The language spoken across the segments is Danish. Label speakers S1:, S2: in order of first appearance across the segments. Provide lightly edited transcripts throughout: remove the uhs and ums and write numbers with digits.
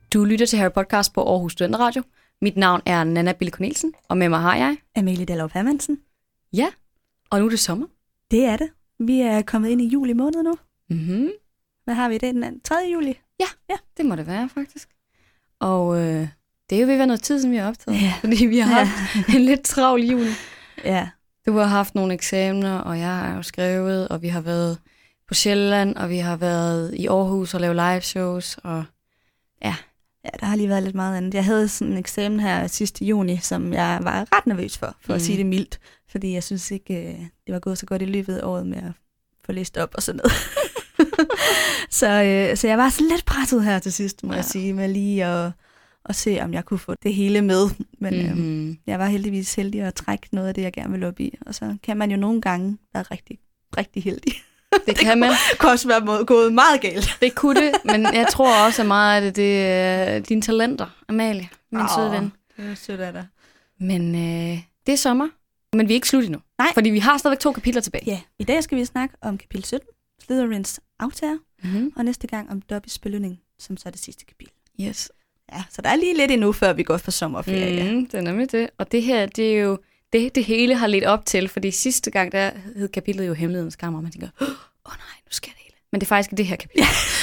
S1: Du lytter til Harry Podcast på Aarhus Studenteradio. Mit navn er Nana Bille Cornelsen, og med mig har jeg...
S2: Amalie Dallov Hermansen.
S1: Ja, og nu er det sommer.
S2: Det er det. Vi er kommet ind i juli måned nu.
S1: Mhm.
S2: Hvad har vi i dag? Den 3. juli?
S1: Ja, det må det være faktisk. Og det er jo ved at være noget tid, som vi har optaget.
S2: Ja.
S1: Fordi vi har haft en lidt travl juli.
S2: Ja.
S1: Du har haft nogle eksamener, og jeg har jo skrevet, og vi har været på Sjælland, og vi har været i Aarhus og lavet live shows, og ja.
S2: Ja, der har lige været lidt meget andet. Jeg havde sådan en eksamen her sidste juni, som jeg var ret nervøs for at sige det mildt. Fordi jeg synes ikke, det var gået så godt i løbet af året med at få læst op og sådan noget. så jeg var så lidt presset her til sidst, må jeg sige, med lige at se, om jeg kunne få det hele med. Men jeg var heldigvis heldig at trække noget af det, jeg gerne ville op i. Og så kan man jo nogle gange være rigtig, rigtig heldig.
S1: Det kan man.
S2: Det kunne også være gået meget galt.
S1: Det kunne det, men jeg tror også, at meget af det er dine talenter, Amalie, min søde ven.
S2: Det er sødt af dig.
S1: Men det er sommer, men vi er ikke slut endnu.
S2: Nej.
S1: Fordi vi har stadigvæk 2 kapitler tilbage.
S2: Ja, i dag skal vi snakke om kapitel 17, Slytherins aftager, og næste gang om Dobby's belønning, som så er det sidste kapitel.
S1: Yes.
S2: Ja, så der er lige lidt endnu, før vi går på sommerferie.
S1: Det er nemlig det. Og det her, det er jo det hele har lidt op til, fordi sidste gang, der hed kapitlet jo Hemmelighedens Kammer, og man tænker, nej, nu sker det hele. Men det er faktisk det her kapitel.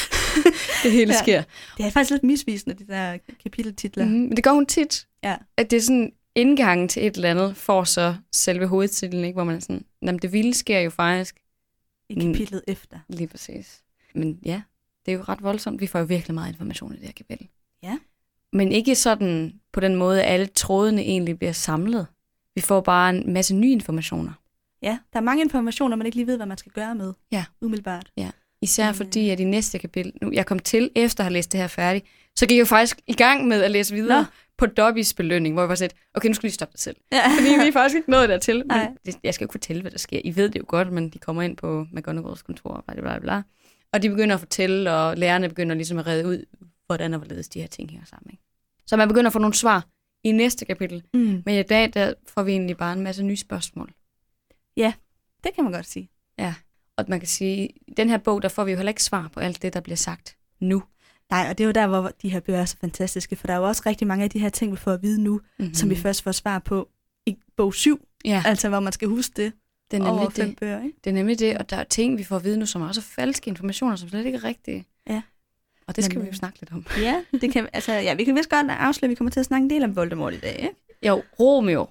S1: Det hele sker.
S2: Det er faktisk lidt misvisende, de der kapiteltitler.
S1: Men det gør hun tit.
S2: Ja.
S1: At det er sådan indgangen til et eller andet, får så selve hovedtitlen, ikke? Hvor man er sådan, jamen det vilde sker jo faktisk
S2: I kapitlet efter.
S1: Lige præcis. Men ja, det er jo ret voldsomt. Vi får jo virkelig meget information i det her kapitel.
S2: Ja.
S1: Men ikke sådan på den måde, at alle trådene egentlig bliver samlet. Vi får bare en masse nye informationer.
S2: Ja, der er mange informationer, man ikke lige ved, hvad man skal gøre med.
S1: Ja.
S2: Umiddelbart.
S1: Ja. Især fordi, at i næste kapitel, nu jeg kom til efter at have læst det her færdigt, så gik jeg faktisk i gang med at læse videre på Dobby's belønning, hvor jeg var sådan, okay, nu skal vi stoppe dig selv. Ja. Fordi vi er faktisk ikke nået dertil. Men jeg skal jo ikke fortælle, hvad der sker. I ved det jo godt, men de kommer ind på McGonagalls kontor, bla. Og de begynder at fortælle, og lærerne begynder ligesom at redde ud, hvordan og hvorledes de her ting hænger sammen. Ikke? Så man begynder at få nogle svar i næste kapitel. Men i dag, der får vi egentlig bare en masse nye spørgsmål.
S2: Ja, det kan man godt sige.
S1: Ja, og man kan sige, i den her bog, der får vi jo heller ikke svar på alt det, der bliver sagt nu.
S2: Nej, og det er jo der, hvor de her bøger er så fantastiske, for der er jo også rigtig mange af de her ting, vi får at vide nu, som vi først får svar på i bog 7, altså hvor man skal huske det.
S1: Det er nemlig
S2: over 5 bøger, ikke?
S1: Det er nemlig det, og der er ting, vi får at vide nu, som også er falske informationer, som slet ikke er rigtige.
S2: Ja.
S1: Og det skal vi jo snakke lidt om.
S2: Ja, det kan, altså, ja, vi kan vist godt afsløre, at vi kommer til at snakke en del om Voldemort i dag, ikke?
S1: Jo, Romeo.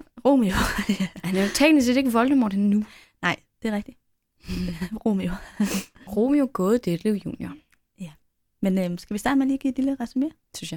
S2: Han
S1: er jo teknisk set ikke Voldemort endnu.
S2: Nej, det er rigtigt. Romeo.
S1: Romeo gåede Detlev Junior.
S2: Ja. Men skal vi starte med at lige give et lille resumé?
S1: Synes jeg.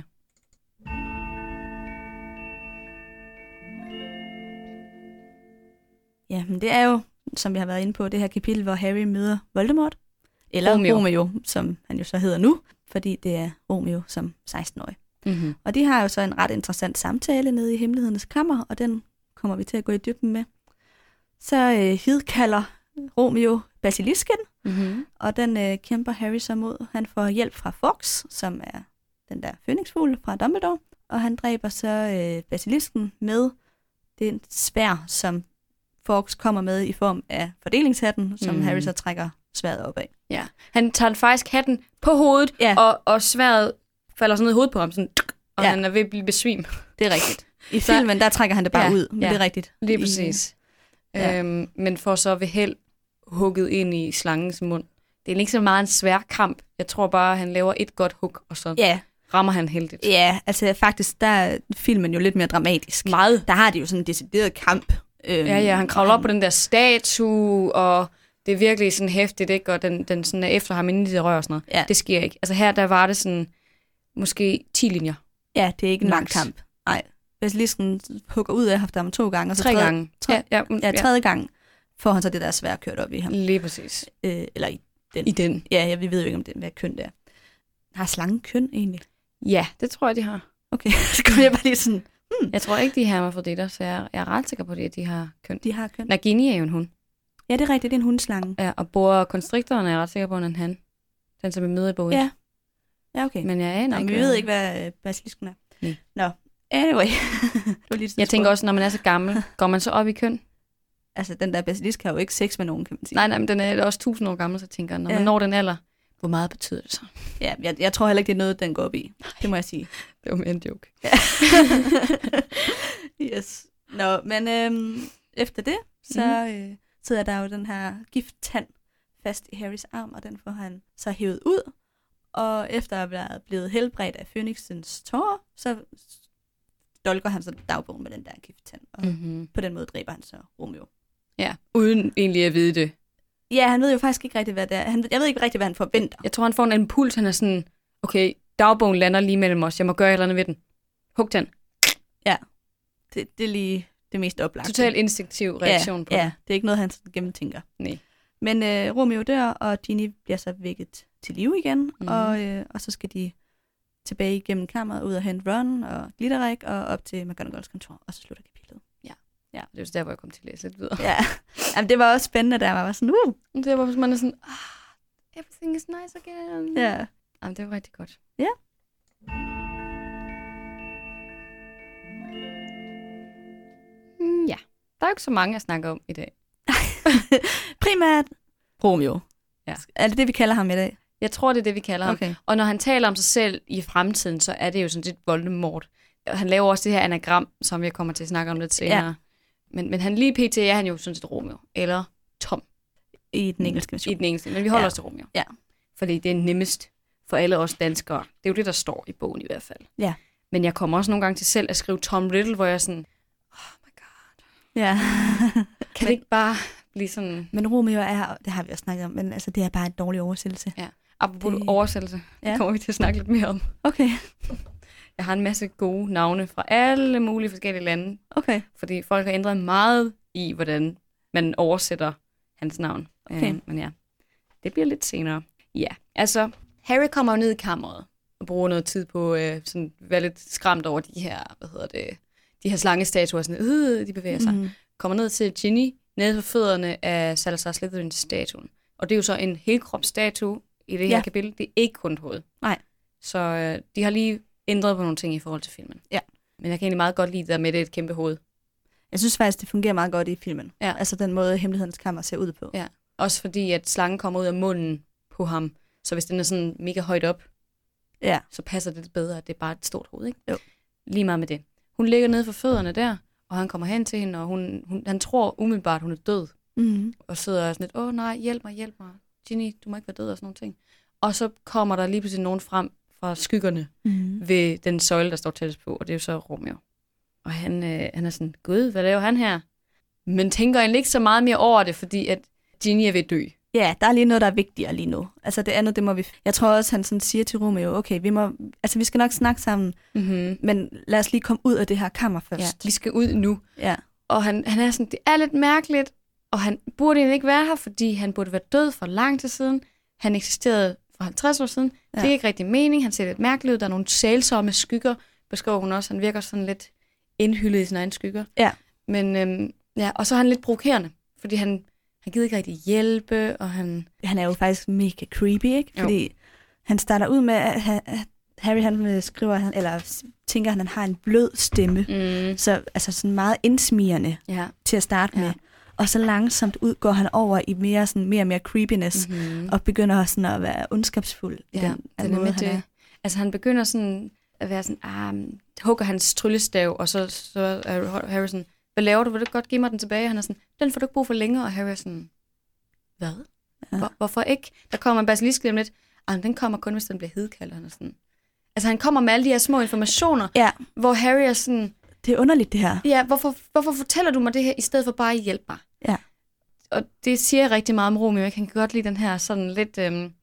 S2: Ja, men det er jo, som vi har været inde på, det her kapitel, hvor Harry møder Voldemort. Eller Romeo, som han jo så hedder nu, fordi det er Romeo som 16-årig. Og de har jo så en ret interessant samtale nede i Hemmelighedernes Kammer, og den kommer vi til at gå i dybden med. Så hidkalder Romeo basilisken, og den kæmper Harry så mod. Han får hjælp fra Fawkes, som er den der fønixfugl fra Dumbledore, og han dræber så basilisken med den sværd, som Fawkes kommer med i form af fordelingshatten, som Harry så trækker sværdet op af.
S1: Ja, han tager faktisk hatten på hovedet, og sværdet falder sådan ned i hovedet på ham, sådan, og han er ved at blive besvim.
S2: Det er rigtigt. I filmen, der trækker han det bare ud, men det er rigtigt.
S1: Lige præcis. Men får så ved held hugget ind i slangens mund. Det er ikke så meget en svær kamp. Jeg tror bare, han laver et godt hug, og så rammer han heldigt.
S2: Ja, altså faktisk, der er filmen jo lidt mere dramatisk.
S1: Meget.
S2: Der har de jo sådan en decideret kamp.
S1: Han kravler op på den der statue, og det er virkelig sådan hæftigt, ikke? Og den sådan er efter ham inde i det rør og sådan noget. Ja. Det sker ikke. Altså her, der var det sådan, måske 10 linjer.
S2: Ja, det er ikke en lang kamp. Nej. Basilisken hugger ud af ham 2 gange. Og så
S1: 3 gange.
S2: Tredje gang får han så det der sværd kørt op i ham.
S1: Lige præcis.
S2: Eller i den.
S1: I den.
S2: Ja, vi ved jo ikke, om det hvad køn det er. Har slangen køn egentlig?
S1: Ja, det tror jeg, de har.
S2: Okay, så kommer jeg bare lige sådan...
S1: Jeg tror ikke, de er hermafroditter, så jeg er ret sikker på det, at de har køn.
S2: De har køn.
S1: Nagini er jo en hund.
S2: Ja, det er rigtigt, det er en hundslange.
S1: Ja, og Boa-constrictoren er jeg ret sikker på, at en han. Den, som vi møder i bogen.
S2: Ja. Ja, okay.
S1: Men jeg aner ikke.
S2: Vi ved ikke, hvad basilisken er. Nej. Nå, anyway.
S1: Jeg tænker også, når man er så gammel, går man så op i køn?
S2: Altså, den der basilisk har jo ikke sex med nogen, kan man sige.
S1: Nej, men den er også 1000 år gammel, så tænker jeg, når man når den alder, Hvor meget betyder det så?
S2: Ja, jeg tror heller ikke, det er noget, den går op i. Det må jeg sige.
S1: Det var mere en joke.
S2: Ja. Yes. Nå, men efter det, så sidder der jo den her gifttand fast i Harrys arm, og den får han så hævet ud. Og efter at være blevet helbredt af Fønixens tårer, så dolker han så dagbogen med den der gifttand. Og på den måde dræber han så Romeo.
S1: Ja, uden egentlig at vide det.
S2: Ja, han ved jo faktisk ikke rigtig, hvad det er. Jeg ved ikke rigtig, hvad han forventer.
S1: Jeg tror, han får en impuls. Han er sådan, okay, dagbogen lander lige mellem os. Jeg må gøre et eller andet ved den. Hug den.
S2: Ja, det er lige det mest oplagte.
S1: Total instinktiv reaktion på det.
S2: Ja, det er ikke noget, han gennemtænker.
S1: Nej.
S2: Men Romeo dør, og Ginny bliver så vækket til live igen, og så skal de tilbage igennem kammeret, ud og hente Ron og Glitterik, og op til McGonagalls kontor, og så slutter kapitlet.
S1: Ja, det er jo der, hvor jeg kom til at læse lidt videre.
S2: Ja, jamen, det var også spændende, der var sådan,
S1: Det var, hvor man er sådan, everything is nice again.
S2: Ja.
S1: Jamen, det var rigtig godt.
S2: Ja.
S1: Ja, der er jo ikke så mange at snakke om i dag.
S2: Primært Romeo.
S1: Ja.
S2: Er det det, vi kalder ham i dag?
S1: Jeg tror, det er det, vi kalder ham.
S2: Okay.
S1: Og når han taler om sig selv i fremtiden, så er det jo sådan lidt Voldemort. Han laver også det her anagram, som jeg kommer til at snakke om lidt senere. Ja. Men han lige pt. Er han jo sådan set Romeo. Eller Tom.
S2: I den engelske version.
S1: I den engelske, men vi holder os til Romeo.
S2: Ja.
S1: Fordi det er nemmest for alle os danskere. Det er jo det, der står i bogen i hvert fald.
S2: Ja.
S1: Men jeg kommer også nogle gange til selv at skrive Tom Riddle, hvor jeg er sådan, oh my god.
S2: Ja.
S1: Kan det ikke bare blive sådan...
S2: Men Romeo er, det har vi også snakket om, men altså, det er bare en dårlig oversættelse.
S1: Ja. Apropos oversættelse, det kommer vi til at snakke lidt mere om.
S2: Okay.
S1: Jeg har en masse gode navne fra alle mulige forskellige lande.
S2: Okay.
S1: Fordi folk har ændret meget i, hvordan man oversætter hans navn.
S2: Okay.
S1: Men ja, det bliver lidt senere. Ja, altså, Harry kommer jo ned i kammeret og bruger noget tid på sådan være lidt skræmt over de her, de her slangestatuer, sådan, de bevæger sig. Kommer ned til Ginny, nede på fødderne af Salazar Slytherin-statuen. Og det er jo så en helkropsstatue i det her kapitel. Det er ikke kun et hoved.
S2: Nej.
S1: Så de har lige ændret på nogle ting i forhold til filmen.
S2: Ja.
S1: Men jeg kan egentlig meget godt lide det der med, det er et kæmpe hoved.
S2: Jeg synes faktisk, det fungerer meget godt i filmen.
S1: Ja.
S2: Altså den måde, Hemmelighedens Kammer ser ud på.
S1: Ja. Også fordi, at slangen kommer ud af munden på ham. Så hvis den er sådan mega højt op, så passer det lidt bedre, at det er bare et stort hoved, ikke?
S2: Jo.
S1: Lige meget med det. Hun ligger nede for fødderne der, og han kommer hen til hende, og han tror umiddelbart, hun er død. Og sidder sådan lidt, nej, hjælp mig. Ginny, du må ikke være død og sådan nogle ting. Og så kommer der lige pludselig nogen frem fra skyggerne ved den søjle, der står tættest på, og det er jo så Romeo. Og han er sådan, gud, hvad laver han her? Men tænker egentlig ikke så meget mere over det, fordi at Ginny er ved at dø.
S2: Ja, der er lige noget, der er vigtigere lige nu. Altså det andet, det må vi... Jeg tror også, han sådan siger til Romeo, okay, vi skal nok snakke sammen, men lad os lige komme ud af det her kammer først.
S1: Ja, vi skal ud nu.
S2: Ja.
S1: Og han er sådan, det er lidt mærkeligt, og han burde egentlig ikke være her, fordi han burde være død for lang tid siden. Han eksisterede for 50 år siden. Det er ikke rigtig mening. Han ser lidt mærkeligt ud. Der er nogle sælsomme skygger, beskriver hun også. Han virker sådan lidt indhyllet i sine egne skygger.
S2: Ja.
S1: Men og så er han lidt provokerende, fordi han gider ikke rigtig hjælpe, og han
S2: er jo faktisk mega creepy, ikke? Fordi han starter ud med, at Harry han skriver, eller tænker, at han har en blød stemme. Så altså sådan meget indsmirrende til at starte med. Og så langsomt går han over i mere og mere creepiness, og begynder sådan at være ondskabsfuld.
S1: Den måde, han er. Altså han begynder sådan at være sådan, hugger hans tryllestav, og så er Harry sådan, hvad laver du? Vil du godt give mig den tilbage? Han er sådan, den får du ikke brug for længere, og Harry er sådan, hvad? Ja. Hvorfor ikke? Der kommer en basilisk lige om lidt. Den kommer kun, hvis den bliver hedkaldt. Han er sådan. Altså han kommer med alle de her små informationer, hvor Harry er sådan,
S2: det er underligt det her.
S1: Ja, hvorfor fortæller du mig det her, i stedet for bare at hjælpe mig?
S2: Ja.
S1: Og det siger rigtig meget om Romeo. Han kan godt lide den her sådan lidt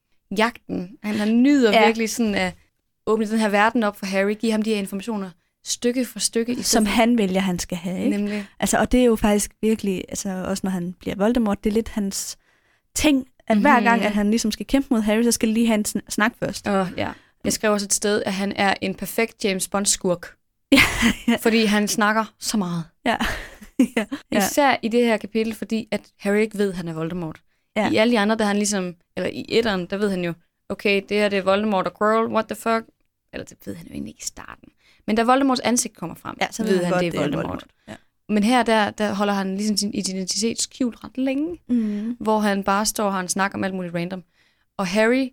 S1: jagten. Han nyder virkelig sådan at åbne den her verden op for Harry, give ham de her informationer stykke for stykke.
S2: Som han vælger, han skal have, ikke?
S1: Nemlig.
S2: Altså, og det er jo faktisk virkelig, altså også når han bliver Voldemort, det er lidt hans ting, at hver gang, at han ligesom skal kæmpe mod Harry, så skal lige have en snak først.
S1: Jeg skrev også et sted, at han er en perfekt James Bond-skurk. Fordi han snakker så meget. Især i det her kapitel, fordi at Harry ikke ved, at han er Voldemort. I alle de andre, der han ligesom, eller i etteren, der ved han jo, okay, det her det er Voldemort og Quirrell, what the fuck? Eller det ved han jo egentlig ikke i starten. Men da Voldemorts ansigt kommer frem,
S2: så
S1: ved han, det er Voldemort. Ja. Men her, der holder han ligesom sin identitet skjult ret længe, hvor han bare står og har en snak om alt muligt random. Og Harry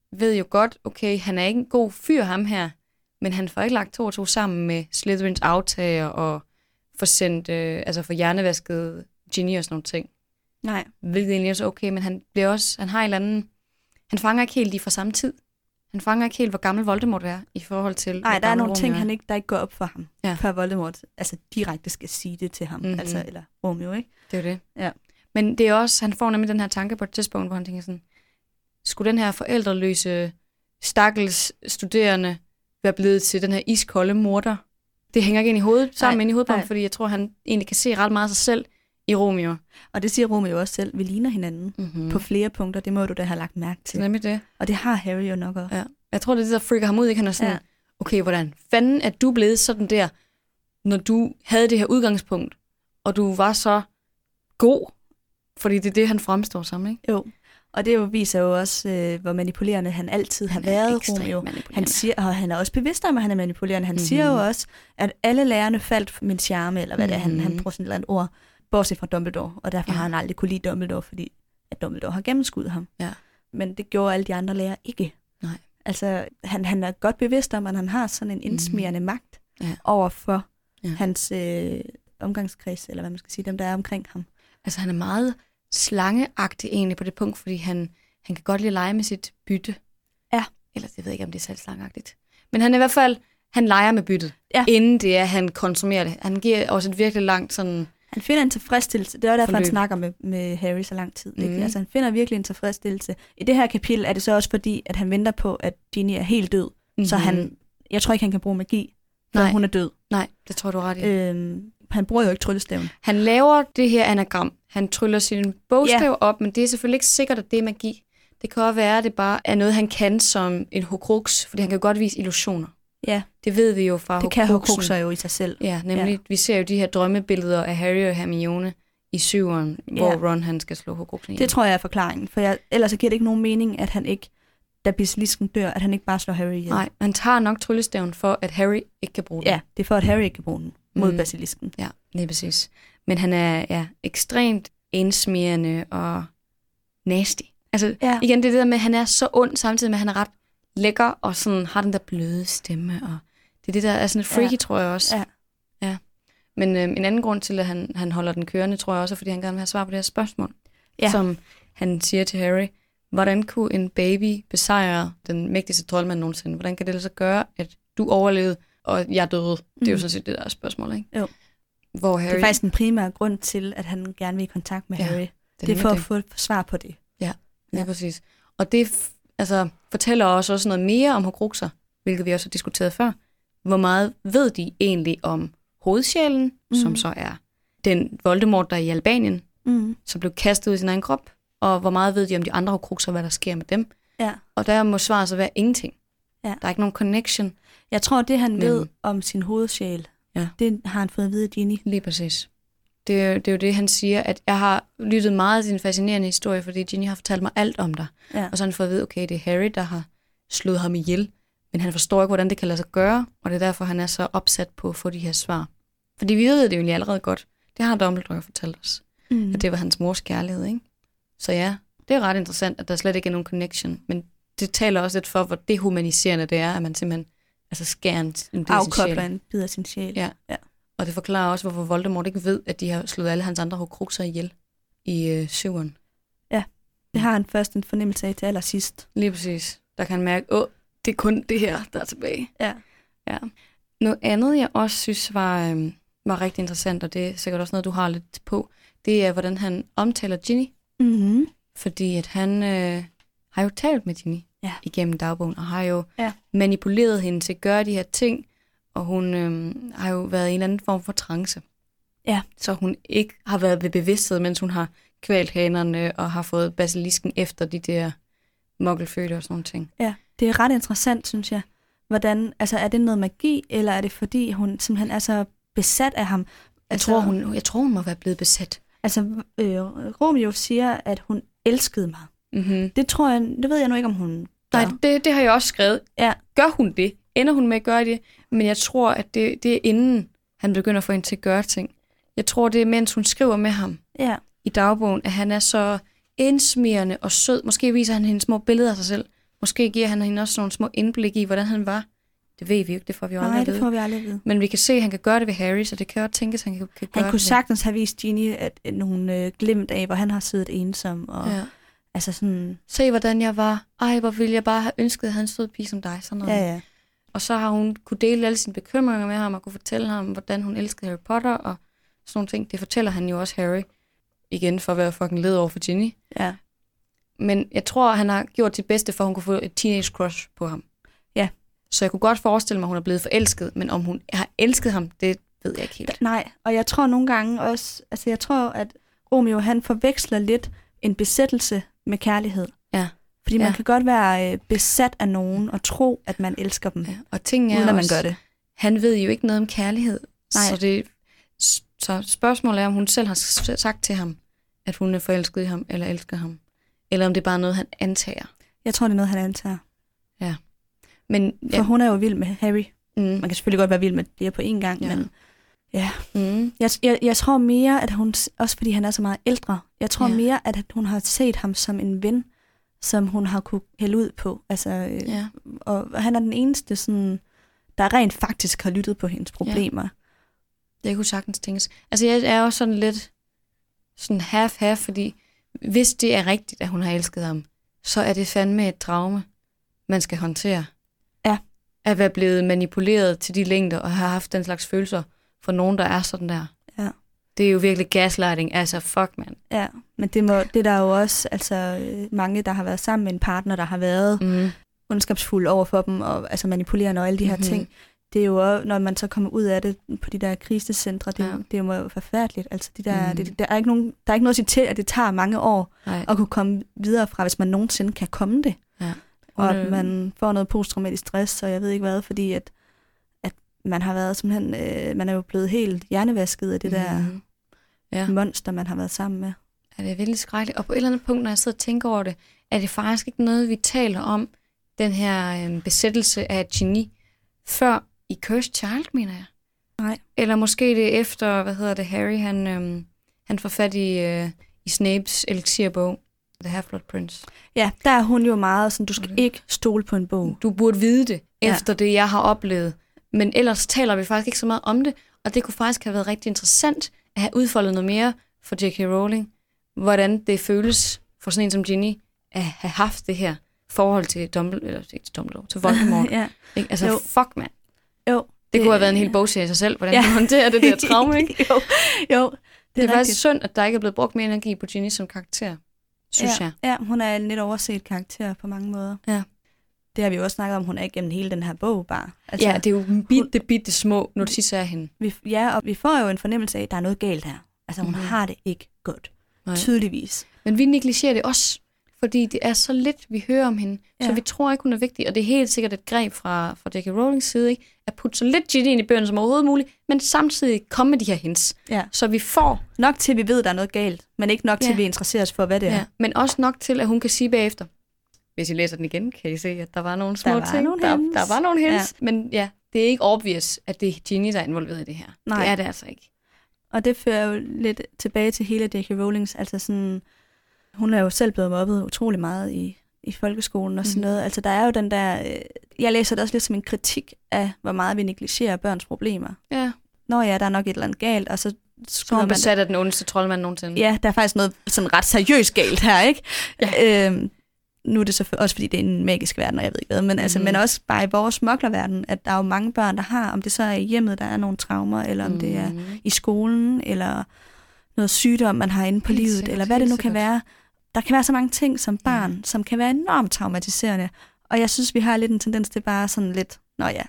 S1: ved jo godt, okay, han er ikke en god fyr, ham her, men han får ikke lagt 2 og 2 sammen med Slytherins aftager og får sendt, for hjernevasket Ginny og sådan nogle ting.
S2: Nej.
S1: Hvilket egentlig er så okay, men han har en eller anden, han fanger ikke helt lige fra samme tid. Han fanger ikke helt, hvor gammel Voldemort er i forhold til...
S2: Nej, der er nogle ting, der ikke går op for ham, før Voldemort direkte skal sige det til ham, eller Romeo, ikke?
S1: Det er jo det.
S2: Ja.
S1: Men det er også, han får nemlig den her tanke på et tidspunkt, hvor han tænker sådan, skulle den her forældreløse, stakkels studerende være blevet til den her iskolde morder? Det hænger ikke ind i hovedet, sammen ind i hovedpunkten, fordi jeg tror, han egentlig kan se ret meget af sig selv i Romeo.
S2: Og det siger Romeo også selv. Vi ligner hinanden på flere punkter. Det må du da have lagt mærke til.
S1: Nemlig det.
S2: Og det har Harry jo nok også.
S1: Ja. Jeg tror, det er det, der freaker ham ud. Ikke? Han er sådan, okay, hvordan fanden er du blevet sådan der, når du havde det her udgangspunkt, og du var så god? Fordi det er det, han fremstår som, ikke?
S2: Jo. Og det viser jo også, hvor manipulerende han altid har været, Romeo. Han siger, og han er også bevidst om, at han er manipulerende. Han siger jo også, at alle lærerne faldt min charme, eller hvad det er. Han bruger sådan et eller andet ord, bortset fra Dumbledore. Og derfor har han aldrig kunne lide Dumbledore, fordi at Dumbledore har gennemskuddet ham. Ja. Men det gjorde alle de andre lærere ikke.
S1: Nej.
S2: Altså, han er godt bevidst om, at han har sådan en indsmirrende magt over for hans omgangskreds, eller hvad man skal sige, dem, der er omkring ham.
S1: Altså, han er meget slangeagtig egentlig på det punkt, fordi han kan godt lide at lege med sit bytte.
S2: Ja.
S1: Eller det ved jeg ikke, om det er selv slangeagtigt. Men han er i hvert fald, han leger med byttet, inden det er, han konsumerer det. Han giver også et virkelig langt sådan...
S2: Han finder en tilfredsstillelse. Det er derfor, han snakker med Harry så lang tid. Ikke? Altså, han finder virkelig en tilfredsstillelse. I det her kapitel er det så også fordi, at han venter på, at Ginny er helt død. Så jeg tror ikke, han kan bruge magi, når hun er død.
S1: Nej, det tror du ret i.
S2: Han bruger jo ikke tryllestaven.
S1: Han laver det her anagram. Han tryller sin bogstav op, men det er selvfølgelig ikke sikkert, at det er magi. Det kan også være, at det bare er noget, han kan som en Horcrux, fordi han kan godt vise illusioner.
S2: Ja.
S1: Det ved vi jo fra Horcruxen.
S2: Det kan Horcruxer jo i sig selv.
S1: Ja, nemlig. Vi ser jo de her drømmebilleder af Harry og Hermione i 7'eren, hvor Ron han skal slå Horcruxen ihjel.
S2: Det tror jeg er forklaringen, for ellers giver det ikke nogen mening, at han ikke, da basilisken dør, at han ikke bare slår Harry ihjel.
S1: Nej, han tager nok tryllestaven for, at Harry ikke kan bruge den.
S2: Ja, det er for, at Harry ikke kan bruge den mod basilisken.
S1: Ja, lige præcis. Men han er ekstremt indsmirrende og nasty. Altså, igen, det der med, at han er så ond, samtidig med, at han er ret lækker, og sådan har den der bløde stemme, og det er det, der er sådan lidt freaky, tror jeg også. Ja. Men en anden grund til, at han holder den kørende, tror jeg også, er, fordi han gerne vil have svar på det her spørgsmål, som han siger til Harry, hvordan kunne en baby besejre den mægtigste troldmand nogensinde? Hvordan kan det så gøre, at du overlevede, og jeg døde? Det er jo sådan set det der spørgsmål, ikke?
S2: Jo.
S1: Hvor Harry...
S2: Det er faktisk en primær grund til, at han gerne vil i kontakt med Harry. Det er for at få svar på det.
S1: Ja, præcis. Og det fortæller også noget mere om Horcruxer, hvilket vi også har diskuteret før. Hvor meget ved de egentlig om hovedsjælen, som så er den Voldemort, der er i Albanien, som blev kastet ud i sin egen krop, og hvor meget ved de om de andre Horcruxer, hvad der sker med dem.
S2: Ja.
S1: Og der må svaret så være ingenting. Ja. Der er ikke nogen connection.
S2: Jeg tror, det han ved om sin hovedsjæl, det har han fået at vide af Ginny.
S1: Lige præcis. Det er jo det, han siger, at jeg har lyttet meget til din fascinerende historie, fordi Ginny har fortalt mig alt om dig. Ja. Og så har han fået at vide, okay, det er Harry, der har slået ham ihjel, men han forstår ikke, hvordan det kan lade sig gøre, og det er derfor, han er så opsat på at få de her svar. Fordi vi ved det jo egentlig allerede godt. Det har Dumbledore fortalt os, at det var hans mors kærlighed, ikke? Så ja, det er ret interessant, at der slet ikke er nogen connection, men det taler også lidt for, hvor dehumaniserende det er, at man simpelthen skærer en bid af sin sjæl.
S2: Afkobler en bid af sin sjæl.
S1: Ja. Og det forklarer også, hvorfor Voldemort ikke ved, at de har slået alle hans andre Horcruxer ihjel i 7'eren.
S2: Ja, det har han først en fornemmelse af til allersidst.
S1: Lige præcis. Der kan han mærke, det er kun det her, der er tilbage.
S2: Ja.
S1: Noget andet, jeg også synes var rigtig interessant, og det er sikkert også noget, du har lidt på, det er, hvordan han omtaler Ginny.
S2: Mm-hmm.
S1: Fordi at han har jo talt med Ginny igennem dagbogen, og har jo manipuleret hende til at gøre de her ting, og hun har jo været i en eller anden form for trance.
S2: Ja.
S1: Så hun ikke har været ved bevidsthed, mens hun har kvalt hanerne og har fået basilisken efter de der muggelfødte og sådan nogle ting.
S2: Ja, det er ret interessant, synes jeg. Hvordan, altså er det noget magi, eller er det fordi hun simpelthen er så besat af ham?
S1: Jeg tror, hun må være blevet besat.
S2: Altså, Romeo siger, at hun elskede mig.
S1: Mm-hmm.
S2: Det ved jeg nu ikke, om hun gør.
S1: Nej, det har jeg også skrevet. Ja. Gør hun det? Ender hun med at gøre det? Men jeg tror, at det er inden han begynder at få hende til at gøre ting. Jeg tror, det er mens hun skriver med ham i dagbogen, at han er så indsmirrende og sød. Måske viser han hende små billeder af sig selv, Måske giver han hende også nogle små indblik i, hvordan han var. Det ved vi jo ikke, det får vi jo aldrig at vide.
S2: Nej, det får vi aldrig at vide.
S1: Men vi kan se, at han kan gøre det ved Harry, så det kan også tænkes, at han kan gøre det.
S2: Han kunne sagtens have vist Ginny nogle glimt af, hvor han har siddet ensom. Og, altså sådan...
S1: Se, hvordan jeg var. Ej, hvor ville jeg bare have ønsket, at han stod pige som dig. Sådan noget.
S2: Ja.
S1: Og så har hun kunne dele alle sine bekymringer med ham, og kunne fortælle ham, hvordan hun elskede Harry Potter, og sådan nogle ting. Det fortæller han jo også Harry. Igen for at være fucking led over for Ginny.
S2: Ja.
S1: Men jeg tror, han har gjort sit bedste, for at hun kunne få et teenage crush på ham.
S2: Ja.
S1: Så jeg kunne godt forestille mig, at hun er blevet forelsket, men om hun har elsket ham, det ved jeg ikke helt.
S2: Nej, og jeg tror nogle gange også, altså jeg tror, at Romeo, han forveksler lidt en besættelse med kærlighed.
S1: Ja.
S2: Fordi man kan godt være besat af nogen og tro, at man elsker dem,
S1: og ting er
S2: uden at man
S1: også,
S2: gør det.
S1: Han ved jo ikke noget om kærlighed.
S2: Nej.
S1: Så spørgsmålet er, om hun selv har sagt til ham, at hun er forelsket i ham, eller elsker ham. Eller om det er bare noget, han antager. Jeg
S2: tror, det er noget, han antager.
S1: Ja. Men,
S2: for hun er jo vild med Harry. Man kan selvfølgelig godt være vild med det på én gang, men ja. Jeg tror mere, at hun, også fordi han er så meget ældre, jeg tror mere, at hun har set ham som en ven, som hun har kunne hælde ud på. Altså, og han er den eneste, sådan, der rent faktisk har lyttet på hendes problemer.
S1: Det kunne sagtens tænkes. Altså, jeg er også sådan lidt sådan half-half, fordi hvis det er rigtigt, at hun har elsket ham, så er det fandme et traume, man skal håndtere.
S2: Ja.
S1: At være blevet manipuleret til de længder, og have haft den slags følelser for nogen, der er sådan der.
S2: Ja.
S1: Det er jo virkelig gaslighting. Altså, fuck, mand.
S2: Ja, men det der er jo også altså, mange, der har været sammen med en partner, der har været ondskabsfuld over for dem, og altså manipulerende og alle de her ting. Det er jo også, når man så kommer ud af det på de der krisecentre, det er jo forfærdeligt. Altså, der er ikke noget at sige til, at det tager mange år at kunne komme videre fra, hvis man nogensinde kan komme det.
S1: Ja.
S2: Og at man får noget posttraumatisk stress, og jeg ved ikke hvad, fordi at man har været simpelthen, man er jo blevet helt hjernevasket af det der monster, man har været sammen med.
S1: Ja, det er virkelig skrækkeligt. Og på et eller andet punkt, når jeg sidder og tænker over det, er det faktisk ikke noget, vi taler om, den her besættelse af Ginny, før i Cursed Child, mener jeg.
S2: Nej.
S1: Eller måske det efter, Harry, han får fat i Snapes elixirbog, The Half-Blood Prince.
S2: Ja, der er hun jo meget sådan, du skal ikke stole på en bog.
S1: Du burde vide det, efter det, jeg har oplevet. Men ellers taler vi faktisk ikke så meget om det, og det kunne faktisk have været rigtig interessant at have udfoldet noget mere for J.K. Rowling, hvordan det føles for sådan en som Ginny, at have haft det her forhold til til Voldemort. Altså, fuck, mand.
S2: Jo.
S1: Det kunne have været en hel bogserie i sig selv, hvordan man håndterer det der traume, ikke?
S2: Jo.
S1: Det er faktisk synd, at der ikke er blevet brugt mere energi på Ginny som karakter, synes jeg.
S2: Ja, hun er en lidt overset karakter på mange måder.
S1: Ja.
S2: Det har vi jo også snakket om, hun er igennem hele den her bog bare. Altså,
S1: ja, det er jo bitte små notitser af hende.
S2: Og vi får jo en fornemmelse af, at der er noget galt her. Altså, hun har det ikke godt.
S1: Nej.
S2: Tydeligvis.
S1: Men vi negligerer det også, fordi det er så lidt, vi hører om hende. Så vi tror ikke, hun er vigtig. Og det er helt sikkert et greb fra J.K. Rowlings side, ikke? At putte så lidt Ginny ind i bøgerne som overhovedet muligt, men samtidig komme med de her hints.
S2: Ja.
S1: Så vi får...
S2: Nok til, at vi ved, at der er noget galt, men ikke nok til, at vi interesserer os for, hvad det er.
S1: Men også nok til, at hun kan sige bagefter. Hvis I læser den igen, kan I se, at der var nogle små ting. Der var nogle hints. Ja. Men ja, det er ikke obvious, at det er Ginny, der er involveret i det her. Nej. Det er det altså ikke.
S2: Og det fører jo lidt tilbage til hele J.K. Rowlings, altså sådan... Hun er jo selv blevet mobbet utrolig meget i folkeskolen og sådan noget. Altså der er jo den der... Jeg læser det også lidt som en kritik af, hvor meget vi negligerer børns problemer.
S1: Ja.
S2: Når der er nok et eller andet galt, og så...
S1: Så er hun besat af den ondeste troldmand nogensinde.
S2: Ja, der er faktisk noget sådan ret seriøst galt her, ikke? Ja. Nu er det så også, fordi det er en magisk verden, og jeg ved ikke hvad, men, men også bare i vores smuglerverden, at der er jo mange børn, der har, om det så er i hjemmet, der er nogle traumer, eller om det er i skolen, eller noget sygdom, man har inde på livet, sikkert, eller hvad det nu kan være. Der kan være så mange ting som barn, som kan være enormt traumatiserende, og jeg synes, vi har lidt en tendens til bare sådan lidt,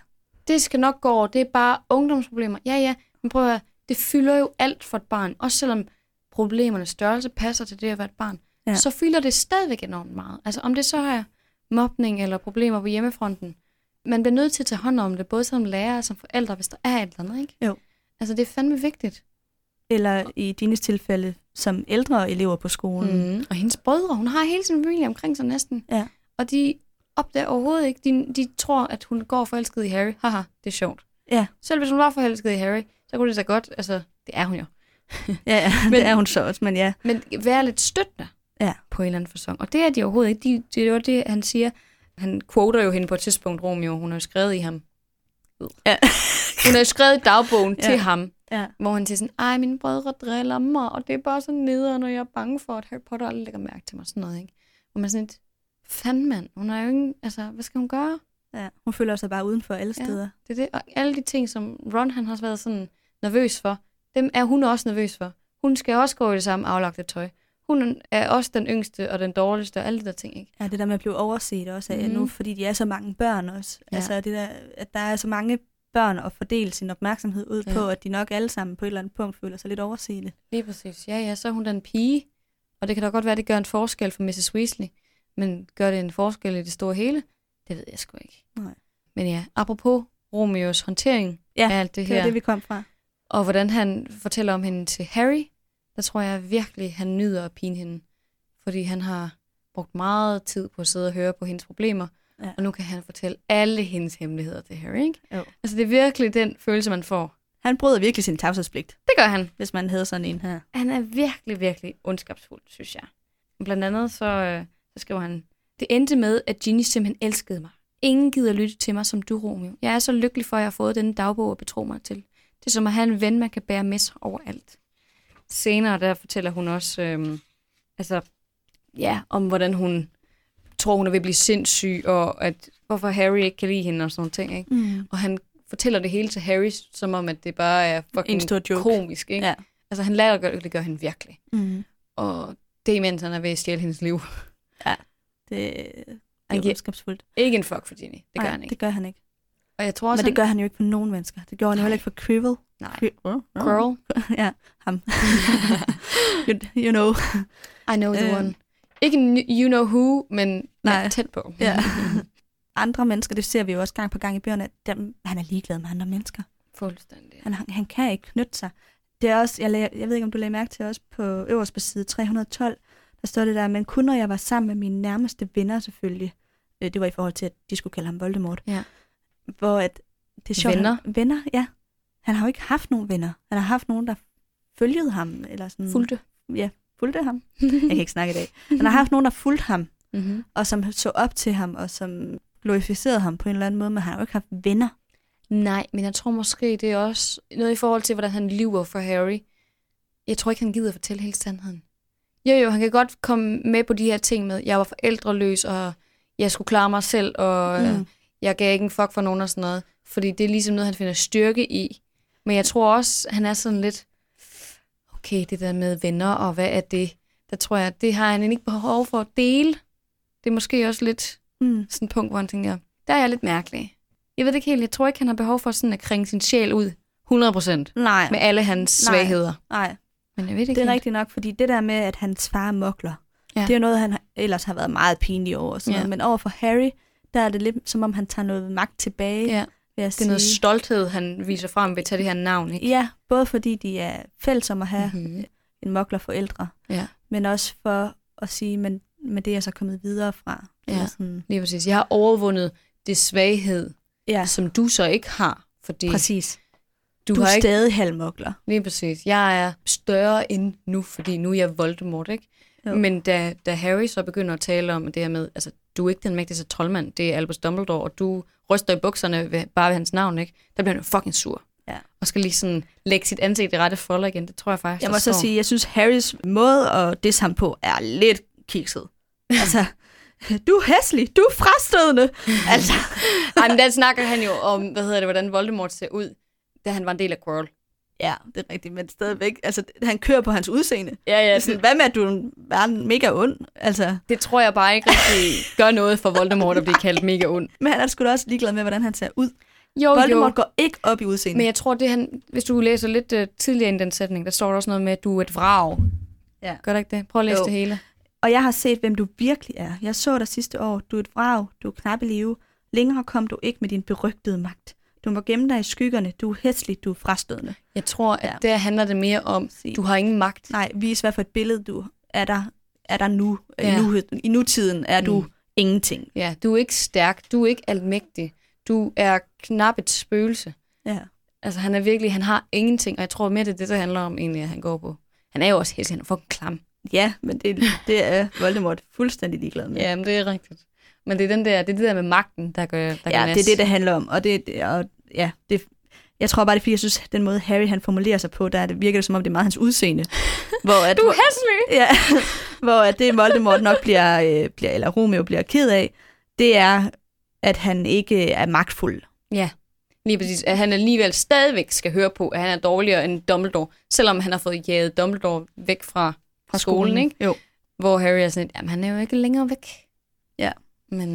S1: det skal nok gå over, det er bare ungdomsproblemer. Ja, men prøv at høre, det fylder jo alt for et barn, også selvom problemernes størrelse passer til det at være et barn. Ja. Så fylder det stadigvæk enormt meget. Altså om det så er mobning eller problemer på hjemmefronten. Man bliver nødt til at tage hånd om det, både som lærer og som forældre, hvis der er et eller andet, ikke?
S2: Jo.
S1: Altså det er fandme vigtigt.
S2: Eller i dines tilfælde, som ældre elever på skolen.
S1: Og hendes brødre, hun har hele sin familie omkring sig næsten.
S2: Ja.
S1: Og de opdager overhovedet ikke, de tror, at hun går forelsket i Harry. Haha, det er sjovt.
S2: Ja.
S1: Selv hvis hun var forelsket i Harry, så kunne det så godt, altså det er hun jo.
S2: Ja, men, det er hun så også, men ja.
S1: Men være lidt støttende.
S2: Ja.
S1: På en eller anden facon. Og det er de overhovedet ikke. Det er jo det, han siger, han quoter jo hende på et tidspunkt, Romeo. Hun har jo skrevet i ham. Ja. Hun har jo skrevet i dagbogen til ham, hvor han siger sådan, ej, mine brødre driller mig, og det er bare sådan nederen, og jeg er bange for, at Harry Potter aldrig lægger mærke til mig, sådan noget, ikke? Hvor man sådan et, fanden mand, hun er jo ingen, altså, hvad skal hun gøre?
S2: Ja, hun føler sig bare udenfor alle steder.
S1: Det er det, og alle de ting, som Ron han har været sådan nervøs for, dem er hun også nervøs for. Hun skal også gå i det samme aflagte tøj. Hun er også den yngste og den dårligste og alle de der ting, ikke?
S2: Ja, det der med at blive overset også af nu, fordi de er så mange børn også. Ja. Altså det der, at der er så mange børn at fordele sin opmærksomhed ud på, at de nok alle sammen på et eller andet punkt føler sig lidt overset.
S1: Lige præcis. Ja, så er hun den pige, og det kan da godt være, at det gør en forskel for Mrs. Weasley, men gør det en forskel i det store hele? Det ved jeg sgu ikke.
S2: Nej.
S1: Men ja, apropos Romeos håndtering af alt det her.
S2: det er det, vi kom fra.
S1: Og hvordan han fortæller om hende til Harry, der tror jeg virkelig, han nyder at pine hende. Fordi han har brugt meget tid på at sidde og høre på hendes problemer, og nu kan han fortælle alle hendes hemmeligheder til Harry, ikke? Jo. Altså det er virkelig den følelse, man får.
S2: Han bryder virkelig sin tavshedspligt.
S1: Det gør han.
S2: Hvis man havde sådan en her.
S1: Han er virkelig, virkelig ondskabsfuld, synes jeg. Blandt andet så skriver han, det endte med, at Ginny simpelthen elskede mig. Ingen gider lytte til mig som du, Romeo. Jeg er så lykkelig for, at jeg har fået denne dagbog at betro mig til. Det er som at have en ven, man kan bære med sig overalt. Senere der fortæller hun også om hvordan hun tror, hun er ved at blive sindssyg, og at hvorfor Harry ikke kan lide hende og sådan nogle ting. Ikke? Mm. Og han fortæller det hele til Harry, som om at det bare er fucking komisk. Ikke? Ja. Altså han latterliggør hende virkelig. Mm. Og det imens han er ved at stjæle hendes liv.
S2: Ja, det er ondskabsfuldt.
S1: Ikke en fuck for Ginny. Det gør han ikke.
S2: Det gør han ikke.
S1: Og jeg tror også,
S2: men det gør han jo ikke for nogen mennesker. Det gjorde han jo heller ikke for Quirrell.
S1: Nej. Quirrell?
S2: Ja, ham. you know.
S1: I know the one. Ikke you know who, men tæt på.
S2: Ja. Andre mennesker, det ser vi jo også gang på gang i bøgerne, at han er ligeglad med andre mennesker.
S1: Fuldstændig.
S2: Han kan ikke knytte sig. Det er også, jeg ved ikke, om du lagde mærke til også på øverst på side 312, der står det der, men kun når jeg var sammen med mine nærmeste venner selvfølgelig. Det var i forhold til, at de skulle kalde ham Voldemort.
S1: Ja.
S2: Hvor at det er sjovt. Venner, ja. Han har jo ikke haft nogen venner. Han har haft nogen, der følgede ham. Eller sådan, fulgte ham. Jeg kan ikke snakke i dag. Han har haft nogen, der fulgte ham, og som så op til ham, og som glorificerede ham på en eller anden måde, men han har jo ikke haft venner.
S1: Nej, men jeg tror måske, det er også noget i forhold til, hvordan han lyver for Harry. Jeg tror ikke, han gider at fortælle hele sandheden. Jo, han kan godt komme med på de her ting med, jeg var forældreløs, og jeg skulle klare mig selv, og jeg gav ikke en fuck for nogen og sådan noget. Fordi det er ligesom noget, han finder styrke i. Men jeg tror også, han er sådan lidt, okay, det der med venner, og hvad er det? Der tror jeg, det har han ikke behov for at dele. Det er måske også lidt sådan et punkt, hvor han tænker, der er jeg lidt mærkelig. Jeg ved det ikke helt, jeg tror ikke, han har behov for sådan at krænge sin sjæl ud 100%.
S2: Nej.
S1: Med alle hans svagheder.
S2: Nej.
S1: Men jeg ved det ikke
S2: det er
S1: helt.
S2: Rigtigt nok, fordi det der med, at hans far mokler, det er jo noget, han ellers har været meget pinlig over. Sådan noget. Men over for Harry, der er det lidt som om, han tager noget magt tilbage.
S1: Ja. Det er noget stolthed, han viser frem ved at tage det her navn, ikke?
S2: Ja, både fordi de er fælles om at have en moklerforældre, men også for at sige, men det er jeg så kommet videre fra.
S1: Ja, lige præcis. Jeg har overvundet det svaghed, som du så ikke har. Fordi
S2: præcis. Du er stadig halvmokler.
S1: Lige præcis. Jeg er større end nu, fordi nu er jeg Voldemort, ikke? Jo. Men da Harry så begynder at tale om det her med, altså, du er ikke den mægtigste troldmand, det er Albus Dumbledore, og du ryster i bukserne bare ved hans navn, ikke? Der bliver han jo fucking sur. Ja. Og skal lige sådan lægge sit ansigt i rette folder igen. Det tror jeg faktisk,
S2: jeg må så sige, jeg synes, Harrys måde at disse ham på er lidt kikset. Altså, du er hæslig, du er frastødende. Altså.
S1: Ej, men der snakker han jo om, hvordan Voldemort ser ud, da han var en del af Quirrell.
S2: Ja, det er rigtigt, men stadigvæk. Altså, han kører på hans udseende.
S1: Ja.
S2: Sådan, hvad med, at du er mega ond? Altså.
S1: Det tror jeg bare ikke rigtig gør noget for Voldemort at blive kaldt mega ond.
S2: Men han er sgu da også ligeglad med, hvordan han ser ud. Voldemort går ikke op i udseende.
S1: Men jeg tror, hvis du læser lidt tidligere i den sætning, der står der også noget med, at du er et vrag. Ja. Gør det ikke det? Prøv at læse det hele.
S2: Og jeg har set, hvem du virkelig er. Jeg så dig sidste år. Du er et vrag. Du er knap i live. Længere kom du ikke med din berygtede magt. Du må gemme dig i skyggerne. Du er hæslig. Du er frastødende.
S1: Jeg tror, at der handler det mere om, du har ingen magt.
S2: Nej, vis hvad for et billede du er der nu. Ja. I nutiden er du ingenting.
S1: Ja, du er ikke stærk. Du er ikke almægtig. Du er knap et spøgelse.
S2: Ja.
S1: Altså, han har ingenting, og jeg tror mere, det handler om egentlig, at han går på. Han er jo også hæslig, han er fucking klam.
S2: Ja, men det er Voldemort fuldstændig ligeglad med.
S1: Ja, men det er rigtigt. Men det er det der med magten, der gør
S2: det er det handler om. Jeg tror bare, det er fordi, jeg synes, den måde Harry han formulerer sig på, det virker det som om, det er meget hans udseende.
S1: Hvor at, du er hæslig!
S2: Ja, hvor at det Voldemort nok eller Romeo bliver ked af, det er, at han ikke er magtfuld.
S1: Ja, lige præcis. At han alligevel stadigvæk skal høre på, at han er dårligere end Dumbledore, selvom han har fået jaget Dumbledore væk fra skolen, ikke?
S2: Jo.
S1: Hvor Harry er sådan, jamen han er jo ikke længere væk.
S2: Ja.
S1: Men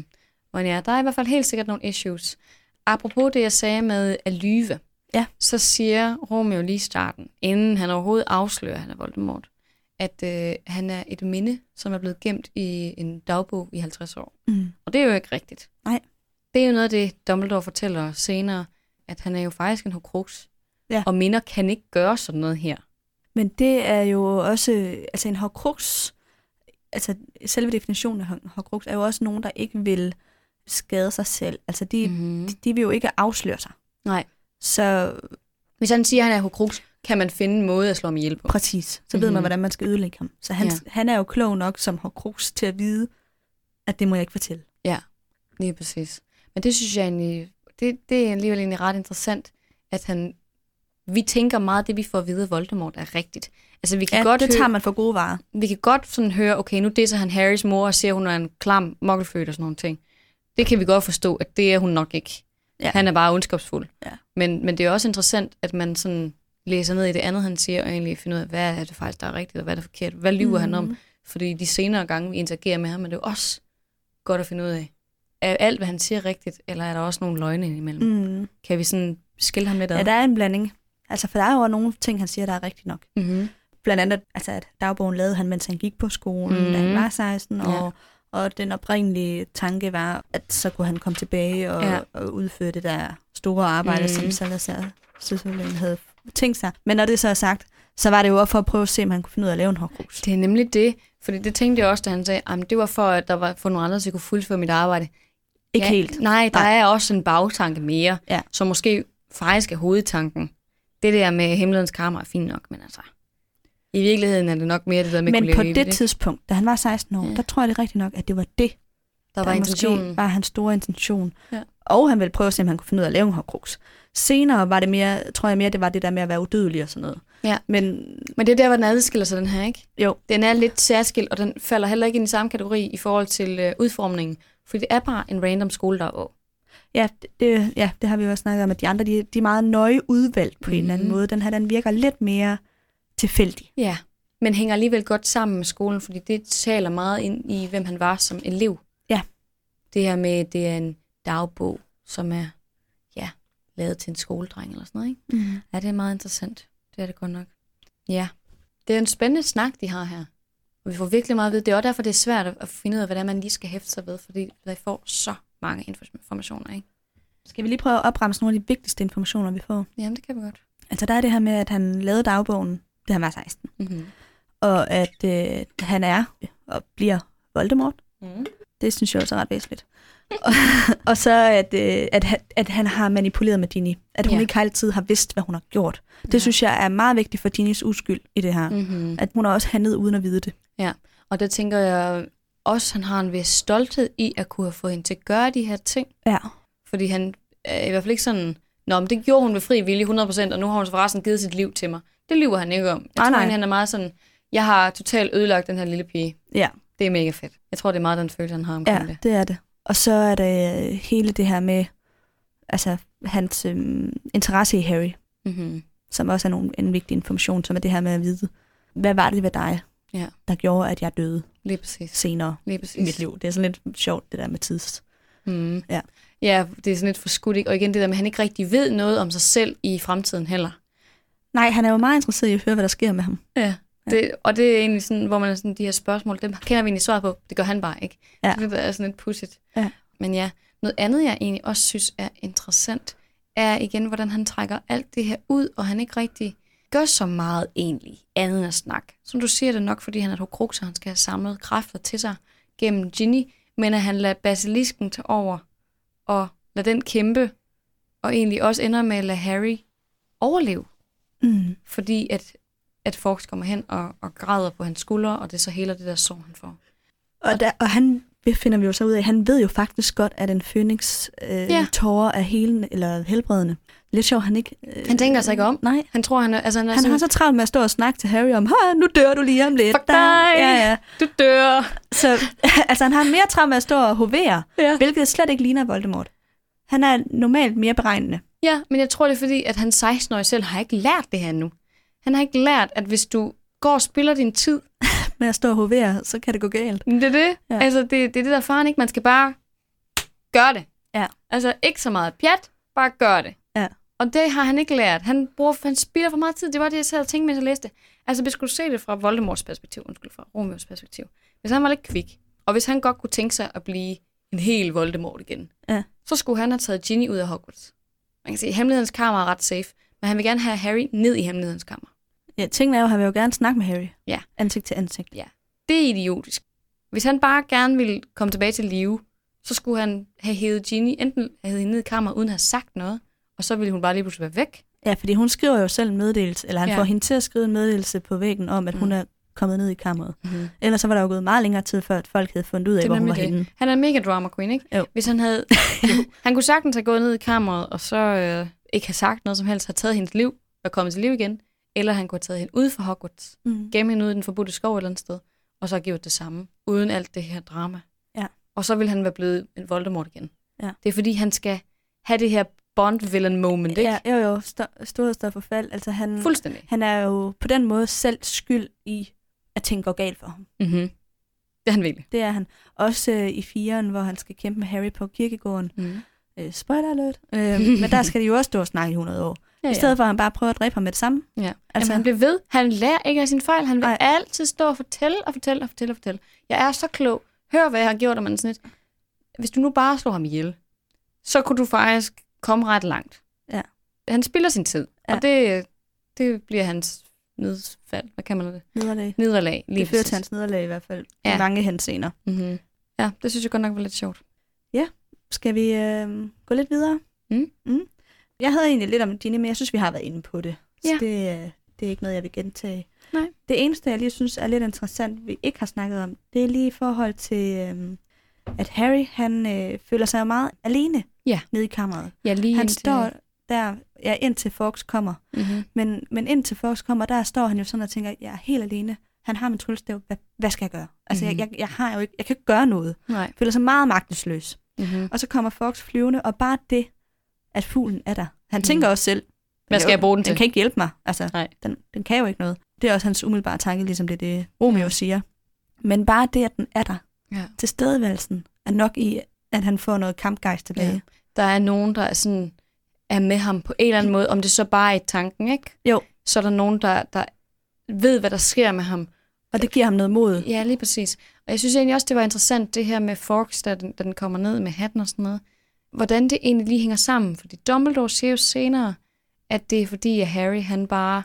S1: der er i hvert fald helt sikkert nogle issues. Apropos det, jeg sagde med at lyve, så siger Romeo lige i starten, inden han overhovedet afslører, at han er Voldemort, at han er et minde, som er blevet gemt i en dagbog i 50 år. Mm. Og det er jo ikke rigtigt.
S2: Nej.
S1: Det er jo noget af det, Dumbledore fortæller senere, at han er jo faktisk en Horcrux. Ja. Og minder kan ikke gøre sådan noget her.
S2: Men det er jo også, altså en Horcrux, altså selve definitionen af Horcrux er jo også nogen, der ikke vil skade sig selv. Altså de vil jo ikke afsløre sig.
S1: Nej.
S2: Så
S1: hvis han siger, at han er Horcrux, kan man finde en måde at slå ham ihjel på.
S2: Præcis. Så ved man, hvordan man skal ødelægge ham. Så han er jo klog nok som Horcrux til at vide, at det må jeg ikke fortælle.
S1: Ja, lige præcis. Men det synes jeg egentlig, det er alligevel egentlig ret interessant, at vi tænker meget, det vi får at vide, at Voldemort er rigtigt. Altså, vi kan godt
S2: det tager man for gode varer.
S1: Vi kan godt sådan høre, okay, nu disser han Harrys mor og siger, hun er en klam mokkelfødt og sådan nogle ting. Det kan vi godt forstå, at det er hun nok ikke. Ja. Han er bare ondskabsfuld. Ja. Men det er også interessant, at man sådan læser ned i det andet, han siger, og egentlig finder ud af, hvad er det faktisk, der er rigtigt, og hvad er det forkert? Hvad lyver han om? Fordi de senere gange, vi interagerer med ham, er det jo også godt at finde ud af, er alt, hvad han siger, rigtigt, eller er der også nogle løgne indimellem? Kan vi sådan skille ham lidt ad?
S2: Ja, der er en blanding. Altså, for der er jo nogle ting, han siger, der er rigtigt nok. Mm-hmm. Blandt andet, altså, at dagbogen lavede han, mens han gik på skolen, da han var 16, og den oprindelige tanke var, at så kunne han komme tilbage og udføre det der store arbejde, som Salazar selvfølgelig havde tænkt sig. Men når det så er sagt, så var det jo også for at prøve at se, om han kunne finde ud af at lave en Horcrux.
S1: Det er nemlig det, fordi det tænkte jeg også, da han sagde, at det var for, at der var for nogle andre, så jeg kunne fuldføre mit arbejde.
S2: Ikke helt.
S1: Nej, der er også en bagtanke mere, som måske faktisk er hovedtanken. Det der med hemmelighedens kammer er fint nok, men altså, i virkeligheden er det nok mere det der med
S2: men på det tidspunkt, da han var 16 år, der tror jeg det rigtigt nok, at det var det,
S1: der var intentionen.
S2: Måske var hans store intention. Ja. Og han ville prøve at se, om han kunne finde ud af at lave en Horcrux. Senere var det mere, tror jeg mere, det var det der med at være udødelig og sådan noget.
S1: Ja. Men det er der, hvor den adskiller sig, den her, ikke?
S2: Jo.
S1: Den er lidt særskilt, og den falder heller ikke ind i samme kategori i forhold til udformningen. Fordi det er bare en random skoledag.
S2: Ja, det har vi jo også snakket om, at de andre, de er meget nøje udvalgt på en eller anden måde. Den her, den virker lidt mere tilfældig.
S1: Ja, men hænger alligevel godt sammen med skolen, fordi det taler meget ind i, hvem han var som elev.
S2: Ja.
S1: Det her med, det er en dagbog, som er lavet til en skoledreng eller sådan noget, ikke? Mm. Ja, det er meget interessant. Det er det godt nok. Ja, det er en spændende snak, de har her. Og vi får virkelig meget at vide. Det er også derfor, det er svært at finde ud af, hvordan man lige skal hæfte sig ved, fordi vi får så mange informationer, ikke?
S2: Skal vi lige prøve at opremse nogle af de vigtigste informationer, vi får?
S1: Jamen, det kan vi godt.
S2: Altså, der er det her med, at han lavede dagbogen, da han var 16. Mm-hmm. Og at han er og bliver Voldemort. Mm. Det synes jeg også er ret væsentligt. Og så at han har manipuleret med Ginny. At hun ikke altid har vidst, hvad hun har gjort. Det synes jeg er meget vigtigt for Ginnys uskyld i det her. Mm-hmm. At hun har også handlet uden at vide det.
S1: Ja, og der tænker jeg også, han har en vis stolthed i at kunne have fået hende til at gøre de her ting.
S2: Ja.
S1: Fordi han er i hvert fald ikke sådan, men det gjorde hun ved fri vilje 100%, og nu har hun så forresten givet sit liv til mig. Det lyver han ikke om. Jeg tror, han er meget sådan, jeg har totalt ødelagt den her lille pige. Ja. Det er mega fedt. Jeg tror, det er meget den følelse, han har omkring det.
S2: Ja, det er det. Og så er det hele det her med, altså hans interesse i Harry, som også er en vigtig information, som er det her med at vide, hvad var det ved dig, der gjorde, at jeg døde senere i mit liv. Det er sådan lidt sjovt, det der med tids.
S1: Mm. Ja, det er sådan lidt for skudt, ikke? Og igen det der med, at han ikke rigtig ved noget om sig selv i fremtiden heller.
S2: Nej, han er jo meget interesseret i at høre, hvad der sker med ham.
S1: Ja. Og det er egentlig sådan, hvor man er sådan, de her spørgsmål, dem kender vi egentlig svaret på. Det gør han bare ikke. Ja. Det er sådan lidt pudsigt. Ja. Men ja, noget andet, jeg egentlig også synes er interessant, er igen, hvordan han trækker alt det her ud, og han ikke rigtig gør så meget egentlig andet end at snakke. Som du siger det nok, fordi han er et Horcrux, og han skal have samlet kræfter til sig gennem Ginny, men at han lader basilisken tage over, og lader den kæmpe, og egentlig også ender med at lade Harry overleve. Mm. Fordi at Fawkes kommer hen og græder på hans skuldre, og det så hele det der sår, han får.
S2: Og han det finder vi jo så ud af. Han ved jo faktisk godt, at en fønix tårer er helende, eller helbredende. Lidt sjovt, han ikke...
S1: han tænker sig ikke om.
S2: Nej.
S1: Han tror, han er sådan...
S2: har så travlt med at stå og snakke til Harry om, nu dør du lige om lidt.
S1: Fuck dig! Ja. Du dør!
S2: Så altså, han har mere travlt med at stå og hovere, hvilket slet ikke ligner Voldemort. Han er normalt mere beregnende.
S1: Ja, men jeg tror, det er fordi, at han 16-årige selv har ikke lært det her nu. Han har ikke lært, at hvis du går og spiller din tid...
S2: med at stå og hovere, så kan det gå galt.
S1: Det er det. Ja. Altså, det er det der faren, ikke? Man skal bare gøre det.
S2: Ja.
S1: Altså, ikke så meget pjat, bare gør det.
S2: Ja.
S1: Og det har han ikke lært. Han spilder for meget tid. Det var det, jeg sad og tænkte, mens jeg læste. Altså, hvis du se det fra Voldemorts perspektiv, fra Romeos perspektiv. Hvis han var lidt kvik, og hvis han godt kunne tænke sig at blive en hel Voldemort igen, så skulle han have taget Ginny ud af Hogwarts. Man kan sige, at hemmelighedens kammer er ret safe, men han vil gerne have Harry ned i hemmelighedens kammer.
S2: Ja, tingene er jo, han vil jo gerne snakke med Harry.
S1: Ja.
S2: Ansigt til ansigt.
S1: Ja. Det er idiotisk. Hvis han bare gerne ville komme tilbage til live, så skulle han have hævet Ginny, enten have hende ned i kammeret, uden at have sagt noget, og så ville hun bare lige pludselig være væk.
S2: Ja, fordi hun skriver jo selv en meddelelse, eller han får hende til at skrive en meddelelse på væggen om, at hun er kommet ned i kammeret. Mm-hmm. Ellers så var der jo gået meget længere tid, før at folk havde fundet ud af, hvor hun var henne.
S1: Han er en mega drama queen, ikke? Jo. Hvis han havde... han kunne sagtens have gået ned i kammeret, og så ikke have sagt noget som helst, have taget hendes liv og kommet til liv igen, eller han kunne have taget hende ud fra Hogwarts, gemme hende ud i den forbudte skov et eller andet sted, og så gjort det samme, uden alt det her drama.
S2: Ja.
S1: Og så vil han være blevet en Voldemort igen.
S2: Ja.
S1: Det er fordi, han skal have det her Bond-villain moment, ikke?
S2: Ja, jo. Storhed for fald. Altså,
S1: fuldstændig.
S2: Han er jo på den måde selv skyld i, at ting går galt for ham.
S1: Mm-hmm. Det er han virkelig.
S2: Det er han. Også i 4'eren, hvor han skal kæmpe med Harry på kirkegården. Spoiler alert. Men der skal de jo også stå og snakke i 100 år. I stedet for, at han bare prøver at dræbe ham med det samme.
S1: Ja. Altså, han bliver ved. Han lærer ikke af sin fejl. Han vil altid stå og fortælle. Jeg er så klog. Hør, hvad jeg har gjort, og man sådan lidt. Hvis du nu bare slår ham ihjel, så kunne du faktisk komme ret langt.
S2: Ja.
S1: Han spilder sin tid, og det bliver hans nedfald. Hvad kan man det? Nederlag.
S2: Det fører til hans nederlag i hvert fald. I mange henseender.
S1: Mm-hmm. Ja, det synes jeg godt nok var lidt sjovt.
S2: Ja. Skal vi gå lidt videre? Jeg havde egentlig lidt om Ginny, men jeg synes, vi har været inde på det. Så det er ikke noget, jeg vil gentage.
S1: Nej.
S2: Det eneste, jeg lige synes er lidt interessant, vi ikke har snakket om, det er lige i forhold til, at Harry, han føler sig meget alene nede i kammeret.
S1: Ja, lige
S2: han står der, indtil Fawkes kommer. Mm-hmm. Men indtil Fawkes kommer, der står han jo sådan og tænker, jeg er helt alene. Han har min tryllestav. Hvad skal jeg gøre? Altså, jeg har jo ikke, jeg kan ikke gøre noget.
S1: Nej.
S2: Føler sig meget magtesløs. Mm-hmm. Og så kommer Fawkes flyvende, og bare det, at fuglen er der. Han tænker også selv,
S1: hvad skal jeg bruge den til?
S2: Den kan ikke hjælpe mig. Altså, den kan jo ikke noget. Det er også hans umiddelbare tanke, ligesom det Romeo siger. Men bare det, at den er der. Ja. Tilstedeværelsen er nok i, at han får noget kampgejst tilbage. Ja.
S1: Der er nogen, der er med ham på en eller anden måde, om det så bare er i tanken, ikke?
S2: Jo.
S1: Så er der nogen, der ved, hvad der sker med ham.
S2: Og det giver ham noget mod.
S1: Ja, lige præcis. Og jeg synes egentlig også, det var interessant, det her med Fawkes, da den kommer ned med hatten og sådan noget. Hvordan det egentlig lige hænger sammen. Fordi Dumbledore siger jo senere, at det er fordi, at Harry, han bare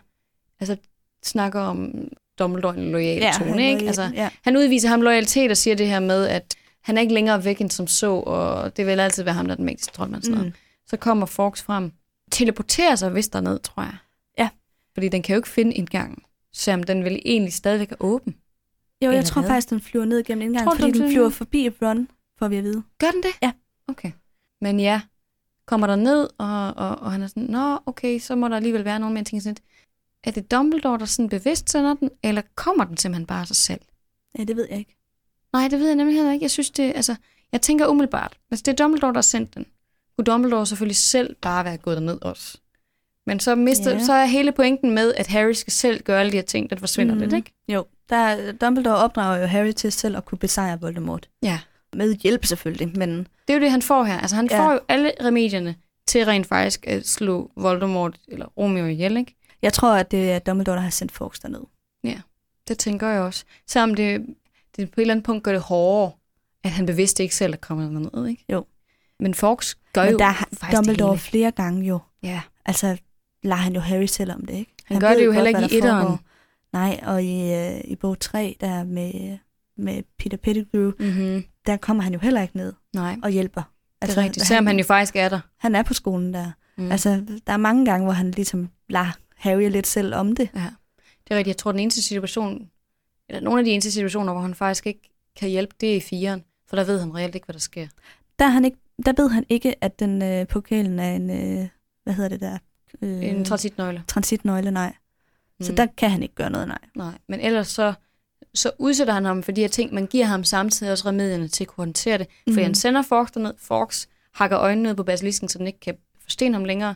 S1: snakker om Dumbledore en loyal tone, ikke? Altså, han udviser ham loyalitet og siger det her med, at han er ikke længere væk end som så, og det vil altid være ham, der er den mægtigste troldmand. Sådan noget. Så kommer Fawkes frem, teleporterer sig vist derned, tror jeg.
S2: Ja.
S1: Fordi den kan jo ikke finde indgangen, selvom den vil egentlig stadigvæk er åben.
S2: Jo, jeg tror faktisk, den flyver ned gennem indgangen, fordi den flyver forbi Ron, får vi at vide.
S1: Gør den det?
S2: Ja.
S1: Okay. Men ja, kommer der ned, og han er sådan, nå, okay, så må der alligevel være nogen, men jeg tænker sådan, er det Dumbledore, der sådan bevidst sender den, eller kommer den simpelthen bare af sig selv?
S2: Ja, det ved jeg ikke.
S1: Nej, det ved jeg nemlig heller ikke. Jeg synes det, jeg tænker umiddelbart, hvis det er Dumbledore, der har sendt den, kunne Dumbledore selvfølgelig selv bare være gået derned også. Men så er hele pointen med, at Harry skal selv gøre alle de her ting, den forsvinder lidt, ikke?
S2: Jo, Dumbledore opdrager jo Harry til selv at kunne besejre Voldemort.
S1: Ja.
S2: Med hjælp selvfølgelig, men...
S1: Det er jo det, han får her. Altså, han får jo alle remedierne til rent faktisk at slå Voldemort eller Romeo ihjel, ikke?
S2: Jeg tror, at det er Dumbledore, der har sendt Fawkes derned.
S1: Ja, det tænker jeg også. Selvom det på et eller andet punkt gør det hårdere, at han bevidst ikke selv er kommet derned, ikke?
S2: Jo.
S1: Men Fawkes gør jo
S2: faktisk Dumbledore flere gange jo.
S1: Ja.
S2: Altså, lader han jo Harry selv om det, ikke?
S1: Han gør det jo heller ikke i etteren.
S2: Nej, og i bog 3, der med Peter Pettigrew, der kommer han jo heller ikke ned og hjælper.
S1: Altså, det er rigtigt, selvom han jo faktisk er der.
S2: Han er på skolen der. Altså, der er mange gange, hvor han ligesom lader Harry lidt selv om det.
S1: Ja, det er rigtigt. Jeg tror, den eneste situation, eller nogle af de eneste situationer, hvor han faktisk ikke kan hjælpe, det er i 4'eren. For der ved han reelt ikke, hvad der sker.
S2: Der ved han ikke, at den pokalen er en, hvad hedder det der?
S1: En transitnøgle.
S2: Transitnøgle, nej. Så der kan han ikke gøre noget, nej.
S1: Nej, men ellers så udsætter han ham for de her ting. Man giver ham samtidig også remedierne til at kunne håndtere det. Fordi han sender Fawkes derned. Fawkes hakker øjnene ned på basilisken, så den ikke kan forstene ham længere.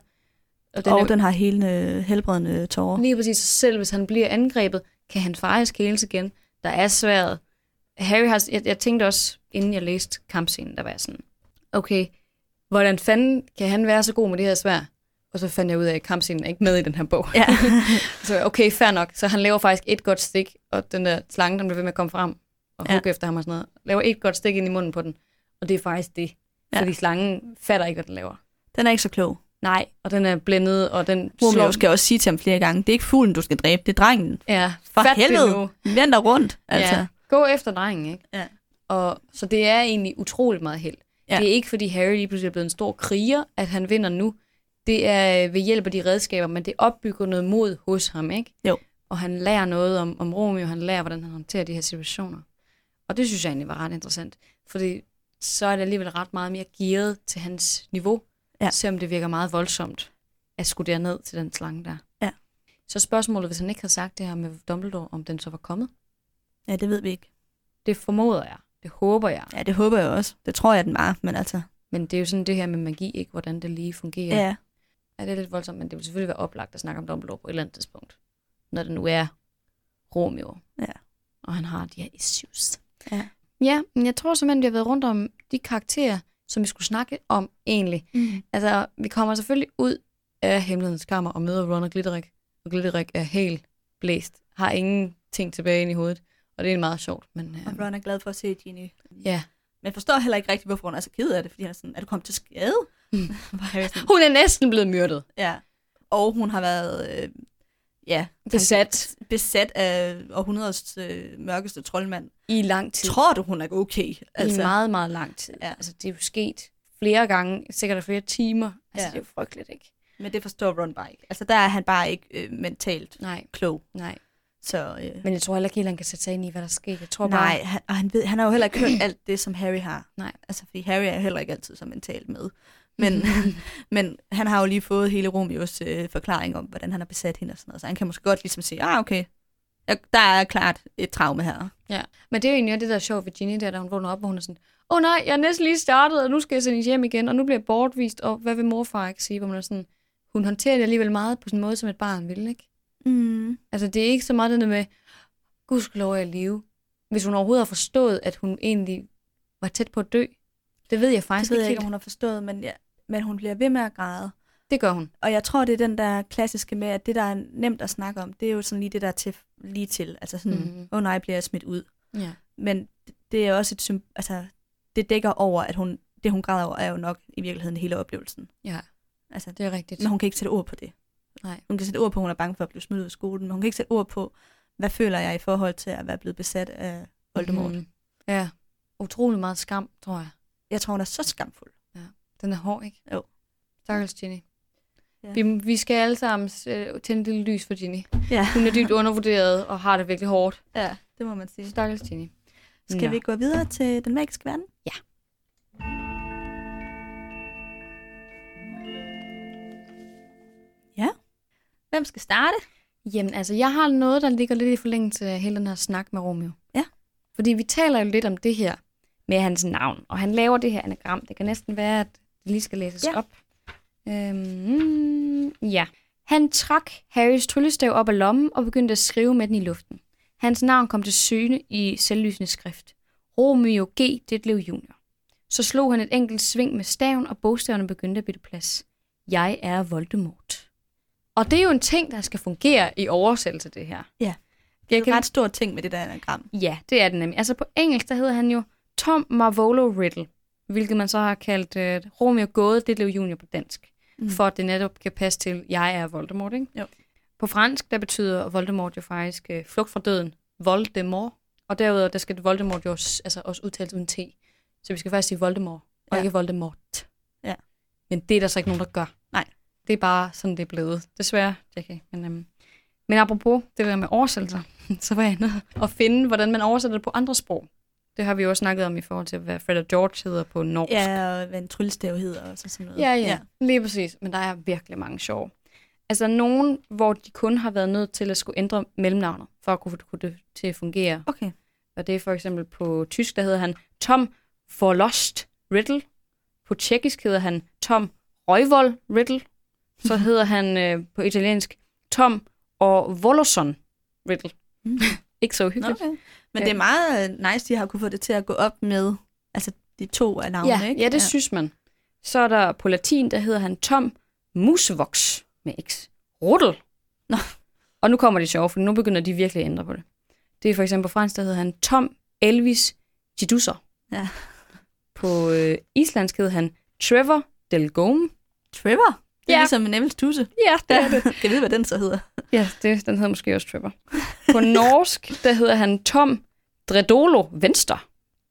S1: Og
S2: den har helbredende tårer.
S1: Lige præcis. Selv hvis han bliver angrebet, kan han faktisk heles igen. Der er sværet. Harry har... Jeg tænkte også, inden jeg læste kampscenen, der var jeg sådan, okay, hvordan fanden kan han være så god med det her sværd? Og så fandt jeg ud af, at kampscenen er ikke med i den her bog. Ja. Så okay, fair nok. Så han laver faktisk et godt stik, og den der slange, den bliver ved med at komme frem og hugge efter ham og sådan noget. Laver et godt stik ind i munden på den. Og det er faktisk det. Fordi slangen fatter ikke, hvad den laver.
S2: Den er ikke så klog.
S1: Nej, og den er blændet, og den
S2: slår... skal også sige til ham flere gange, det er ikke fuglen, du skal dræbe, det er drengen.
S1: Ja,
S2: for helvede. Vend dig rundt. Altså.
S1: Ja, gå efter drengen, ikke?
S2: Ja.
S1: Og, så det er egentlig utroligt meget held. Ja. Det er ikke, fordi Harry lige pludselig er blevet en stor kriger, at han vinder nu. Det er ved hjælp af de redskaber, men det opbygger noget mod hos ham, ikke?
S2: Jo.
S1: Og han lærer noget om Romeo, han lærer, hvordan han håndterer de her situationer. Og det synes jeg egentlig var ret interessant, fordi så er det alligevel ret meget mere gearet til hans niveau, selvom det virker meget voldsomt at skudere ned til den slange der.
S2: Ja.
S1: Så spørgsmålet, hvis han ikke havde sagt det her med Dumbledore, om den så var kommet?
S2: Ja, det ved vi ikke.
S1: Det formoder jeg. Det håber jeg.
S2: Ja, det håber jeg også. Det tror jeg, den var, men altså...
S1: Men det er jo sådan det her med magi, ikke? Hvordan det lige fungerer.
S2: Ja.
S1: Ja, det er lidt voldsomt, men det vil selvfølgelig være oplagt at snakke om Dumbledore på et eller andet tidspunkt. Når det nu er Romeo.
S2: Ja.
S1: Og han har de her issues.
S2: Ja.
S1: Ja, men jeg tror simpelthen, vi har været rundt om de karakterer, som vi skulle snakke om egentlig. Altså, vi kommer selvfølgelig ud af Hemmelighedens Kammer og møder Ron og Glitterik. Og Glitterik er helt blæst. Har ingenting tilbage ind i hovedet. Og det er meget sjovt. Men,
S2: og Ron er glad for at se Ginny.
S1: Ja.
S2: Men forstår heller ikke rigtigt, hvorfor hun er så ked af det. Fordi han er sådan, er du kommet til skade?
S1: Hun er næsten blevet myrdet.
S2: Ja. Og hun har været besat af århundredets mørkeste troldmand.
S1: I lang tid.
S2: Tror du, hun er okay?
S1: Altså, i meget, meget lang tid. Ja. Altså, det er jo sket flere gange, sikkert flere timer. Altså, det er jo frygteligt, ikke?
S2: Men det forstår Ron bare ikke. Altså, der er han bare ikke mentalt klog.
S1: Nej.
S2: Så,
S1: men jeg tror heller ikke, at han kan sætte sig ind i, hvad der sker. Jeg tror
S2: nej, bare... han har jo heller ikke hørt alt det, som Harry har.
S1: Nej.
S2: Altså, fordi Harry er heller ikke altid så mentalt med. Men han har jo lige fået hele Romeos forklaring om, hvordan han har besat hende og sådan noget. Så han kan måske godt ligesom sige, okay, der er klart et traume her.
S1: Ja, men det er jo egentlig det, der er sjovt ved Ginny, der hun vågner op, og hun er sådan, nej, jeg er næsten lige startet, og nu skal jeg sendes hjem igen, og nu bliver jeg bortvist, og hvad vil morfar ikke sige? Hvor man er sådan, hun håndterer det alligevel meget på sådan en måde, som et barn vil, ikke? Altså, det er ikke så meget det med, gudskelov at leve. Hvis hun overhovedet har forstået, at hun egentlig var tæt på at dø, det ved jeg faktisk
S2: ikke. Det ved jeg ikke, om hun har forstået, men hun bliver ved med at græde.
S1: Det gør hun.
S2: Og jeg tror, det er den der klassiske med, at det, der er nemt at snakke om, det er jo sådan lige det, der er lige til. Altså sådan, nej, bliver jeg smidt ud.
S1: Ja.
S2: Men det er også et altså, det dækker over, at det, hun græder over, er jo nok i virkeligheden hele oplevelsen.
S1: Ja,
S2: altså,
S1: det er rigtigt.
S2: Men hun kan ikke sætte ord på det.
S1: Nej.
S2: Hun kan sætte ord på, at hun er bange for at blive smidt ud af skolen, men hun kan ikke sætte ord på, hvad føler jeg i forhold til at være blevet besat af Voldemort.
S1: Ja, utrolig meget skam, tror jeg.
S2: Jeg tror, hun er så skamfuld.
S1: Ja, den er hård, ikke?
S2: Jo.
S1: Stakkels Ginny. Ja. Vi skal alle sammen tænde et lille lys for Ginny.
S2: Ja.
S1: Hun er dybt undervurderet og har det virkelig hårdt.
S2: Ja, det må man sige.
S1: Stakkels Ginny.
S2: Skal vi gå videre til den magiske verden?
S1: Ja.
S2: Ja. Hvem skal starte?
S1: Jamen, altså, jeg har noget, der ligger lidt i forlængelse af hele den her snak med Romeo.
S2: Ja.
S1: Fordi vi taler jo lidt om det her med hans navn, og han laver det her anagram. Det kan næsten være, at det lige skal læses op. Ja. Han trak Harrys tryllestav op af lommen og begyndte at skrive med den i luften. Hans navn kom til syne i selvlysende skrift. Romeo G. Ditlev Jr. Så slog han et enkelt sving med staven, og bogstaverne begyndte at bytte plads. Jeg er Voldemort. Og det er jo en ting, der skal fungere i oversættelse, det her.
S2: Ja. Det er jo en ret stor ting med det der anagram.
S1: Ja, det er det nemlig. Altså på engelsk, der hedder han jo Tom Marvolo Riddle, hvilket man så har kaldt Romeo Gåde Ditlev Jr. på dansk. For at det netop kan passe til, jeg er Voldemort, ikke?
S2: Jo.
S1: På fransk, der betyder Voldemort jo faktisk flugt fra døden. Voldemort. Og derudover, der skal Voldemort jo også udtales uden T. Så vi skal faktisk sige Voldemort, og ikke Voldemort.
S2: Ja.
S1: Men det er der så ikke nogen, der gør.
S2: Nej.
S1: Det er bare sådan, det er blevet. Desværre, Jackie. Men apropos det der med oversættelser, så var jeg nødt at finde, hvordan man oversætter det på andre sprog. Det har vi jo også snakket om i forhold til, hvad Fred og George hedder på norsk.
S2: Ja, og hvad en tryllestav hedder og sådan noget.
S1: Ja, lige præcis. Men der er virkelig mange sjove. Altså nogen, hvor de kun har været nødt til at skulle ændre mellemnavnet, for at kunne det til at fungere.
S2: Okay.
S1: Og det er for eksempel på tysk, der hedder han Tom Forlost Riddle. På tjekkisk hedder han Tom Røjvold Riddle. Så hedder han på italiensk Tom og Voloson Riddle. Ikke så hyggeligt. Okay.
S2: Men det er meget nice, de har kunne få det til at gå op med altså de 2 af navnene, ikke?
S1: Ja, det synes man. Så er der på latin, der hedder han Tom Musevox med X. Ruddel.
S2: Nå.
S1: Og nu kommer det sjovt, for nu begynder de virkelig at ændre på det. Det er for eksempel på fransk, der hedder han Tom Elvis Gidusser.
S2: Ja.
S1: På islandsk hedder han Trevor Delgome.
S2: Trevor? Det er ligesom en Nevils tusse.
S1: Ja, det er det.
S2: Kan jeg vide, hvad den så hedder?
S1: Ja, den hedder måske også Trevor. På norsk, der hedder han Tom Dredolo Venstre.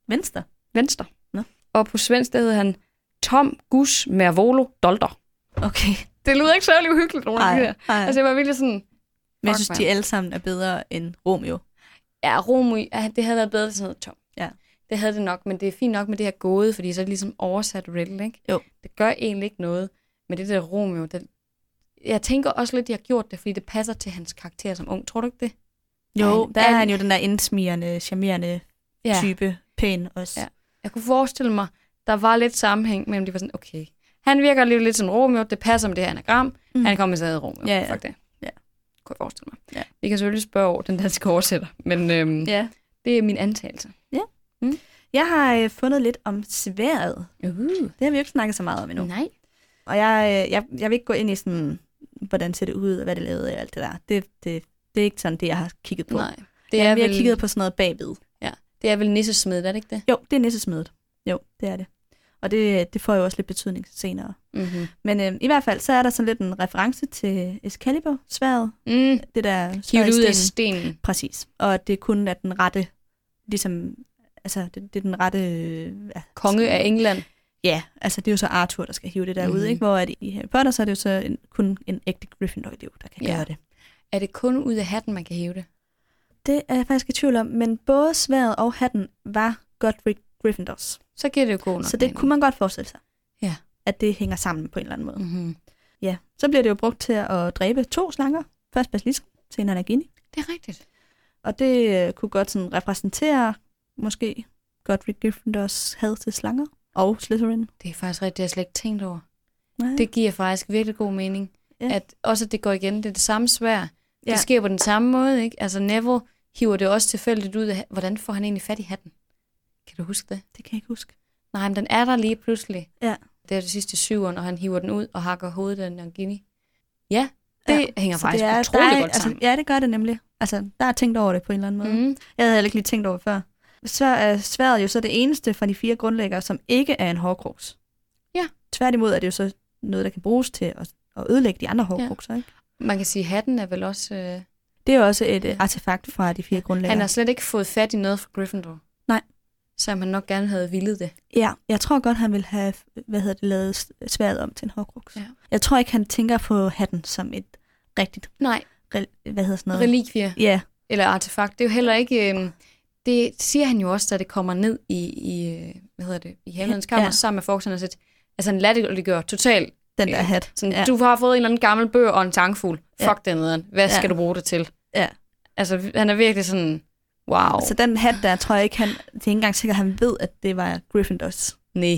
S1: Venstre.
S2: Nå.
S1: Og på svensk, der hedder han Tom Gus Mervolo Dolder.
S2: Okay.
S1: Det lyder ikke særlig uhyggeligt, nogen af de her. Altså, jeg var virkelig sådan...
S2: Men jeg synes, de alle sammen er bedre end Romeo.
S1: Ja, Romeo, det havde været bedre til sådan noget Tom.
S2: Ja.
S1: Det havde det nok, men det er fint nok med det her gåde, fordi så er det ligesom oversat Riddle, ikke?
S2: Jo.
S1: Det gør egentlig ikke noget. Men det der Romeo, jeg tænker også lidt, at de har gjort det, fordi det passer til hans karakter som ung. Tror du ikke det?
S2: Jo, der er han jo den der indsmirrende, charmerende type, pæn også. Ja.
S1: Jeg kunne forestille mig, der var lidt sammenhæng mellem, de var sådan, okay, han virker lidt som Romeo, det passer med det her anagram, han kommer med Romeo.
S2: Ja.
S1: Fuck det.
S2: Ja.
S1: Kunne jeg forestille mig.
S2: Ja.
S1: Vi kan selvfølgelig spørge over den danske oversætter, men det er min antagelse.
S2: Ja. Jeg har fundet lidt om sværdet. Det har vi jo ikke snakket så meget om endnu.
S1: Nej.
S2: Og jeg vil ikke gå ind i sådan, hvordan ser det ud, og hvad det lavede og alt det der. Det er ikke sådan det, jeg har kigget på.
S1: Nej.
S2: Vi har kigget på sådan noget bagved.
S1: Ja, det er vel nissesmedet, er det ikke det?
S2: Jo, det er nissesmedet. Jo, det er det. Og det får jo også lidt betydning senere.
S1: Mm-hmm.
S2: Men i hvert fald, så er der sådan lidt en reference til Excalibur-sværdet. Det der
S1: hivet ud af stenen.
S2: Præcis. Og det kun er den rette, ligesom, altså det er den rette...
S1: konge af England.
S2: Ja, altså det er jo så Arthur, der skal hive det der ud, ikke? Hvor i Harry Potter, så er det jo så kun en ægte Gryffindor-elev, der kan gøre det.
S1: Er det kun ud af hatten, man kan hive det?
S2: Det er jeg faktisk i tvivl om, men både sværdet og hatten var Godric Gryffindors.
S1: Så giver det jo god nok.
S2: Så det kunne man godt forestille sig.
S1: Ja.
S2: At det hænger sammen på en eller anden måde.
S1: Mm-hmm.
S2: Ja, så bliver det jo brugt til at dræbe 2 slanger. Først Basilisk, senere Nagini.
S1: Det er rigtigt.
S2: Og det kunne godt sådan repræsentere, måske, Godric Gryffindors had til slanger. Og Slytherin.
S1: Det er faktisk rigtigt, det har jeg slet ikke tænkt over.
S2: Nej.
S1: Det giver faktisk virkelig god mening. Ja. At også at det går igen, det er det samme sværd.
S2: Ja.
S1: Det sker på den samme måde, ikke? Altså Neville hiver det også tilfældigt ud af, hvordan får han egentlig fat i hatten? Kan du huske det?
S2: Det kan jeg ikke huske.
S1: Nej, men den er der lige pludselig.
S2: Ja.
S1: Det er det sidste 7'eren, og han hiver den ud og hakker hovedet af Nagini. Ja, det hænger faktisk utrolig godt sammen.
S2: Altså, ja, det gør det nemlig. Altså, der er tænkt over det på en eller anden måde.
S1: Mm.
S2: Jeg havde heller ikke lige tænkt over før. Så er sværdet jo så det eneste fra de 4 grundlæggere, som ikke er en hårkruks.
S1: Ja.
S2: Tværtimod er det jo så noget, der kan bruges til at ødelægge de andre hårkrukser, ikke?
S1: Man kan sige, at hatten er vel også...
S2: Det er jo også et artefakt fra de 4 grundlæggere.
S1: Han har slet ikke fået fat i noget fra Gryffindor.
S2: Nej.
S1: Så han nok gerne havde villet det.
S2: Ja, jeg tror godt, han ville have lavet sværdet om til en hårkruks.
S1: Ja.
S2: Jeg tror ikke, han tænker på hatten som et rigtigt...
S1: Nej.
S2: Relikvie.
S1: Ja. Eller artefakt. Det er jo heller ikke... Det siger han jo også, da det kommer ned i Himmelens Kammer, sammen med Foxen, altså han latterliggør totalt
S2: den der hat.
S1: Sådan, du har fået en eller anden gammel bøger og en tankfugl. Fuck den nederen. Hvad skal du bruge det til?
S2: Ja.
S1: Altså, han er virkelig sådan, wow.
S2: Så den hat der, tror jeg ikke, det er ikke engang sikkert, han ved, at det var Gryffindors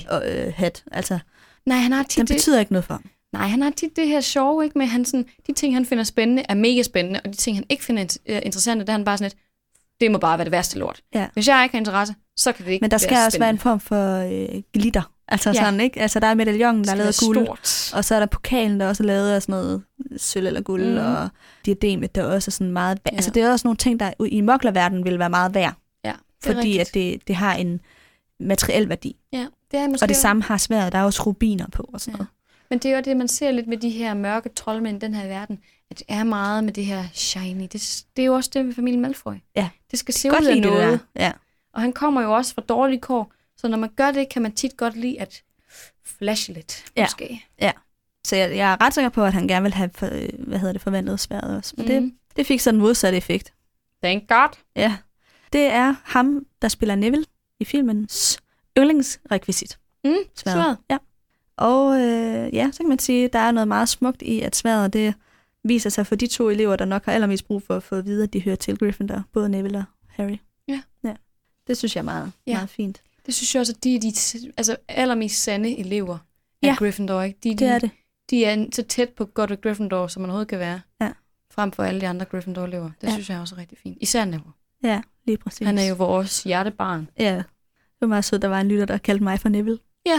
S2: hat. Altså,
S1: nej, han har tit
S2: den betyder ikke noget for ham.
S1: Nej, han har tit det her sjove, ikke? Med han sådan, de ting, han finder spændende, er mega spændende, og de ting, han ikke finder interessante, der er han bare sådan et, det må bare være det værste lort.
S2: Ja.
S1: Hvis jeg ikke har interesse, så kan det ikke være.
S2: Men der skal også være en form for glitter. Altså sådan, ikke? Altså der er medaljongen, der er lavet af guld, og så er der pokalen, der også er lavet af sådan noget sølv eller guld, og diademet, der også er sådan meget værd. Altså det er også nogle ting, der i moklerverdenen vil være meget værd.
S1: Ja,
S2: fordi at det har en materiel værdi.
S1: Ja, det er måske.
S2: Og det samme har sværdet, der er også rubiner på og sådan noget.
S1: Men det er jo det, man ser lidt med de her mørke troldmænd i den her verden, at det er meget med det her shiny. Det er jo også det med familien Malfoy.
S2: Ja.
S1: Det skal se ud af noget.
S2: Ja.
S1: Og han kommer jo også fra dårlige kår, så når man gør det, kan man tit godt lide at flashe lidt, måske.
S2: Ja. Så jeg er ret sikker på, at han gerne vil have forvandlet sværdet også. Men det fik så den modsatte effekt.
S1: Thank God.
S2: Ja. Det er ham, der spiller Neville i filmens yndlingsrekvisit.
S1: Sværdet.
S2: Ja. Og så kan man sige, at der er noget meget smukt i, at sværdet det viser sig for de 2 elever, der nok har allermest brug for at få at vide, at de hører til Gryffindor, både Neville og Harry.
S1: Ja.
S2: Det synes jeg er meget, meget fint.
S1: Det synes jeg også, at de er de allermest sande elever af Gryffindor. Ikke?
S2: Det er det.
S1: De er så tæt på Godric Gryffindor, som man overhovedet kan være.
S2: Ja.
S1: Frem for alle de andre Gryffindor-elever. Det synes jeg også er rigtig fint. Især Neville.
S2: Ja, lige præcis.
S1: Han er jo vores hjertebarn.
S2: Ja, det var meget sødt, der var en lytter, der kaldte mig for Neville.
S1: Ja.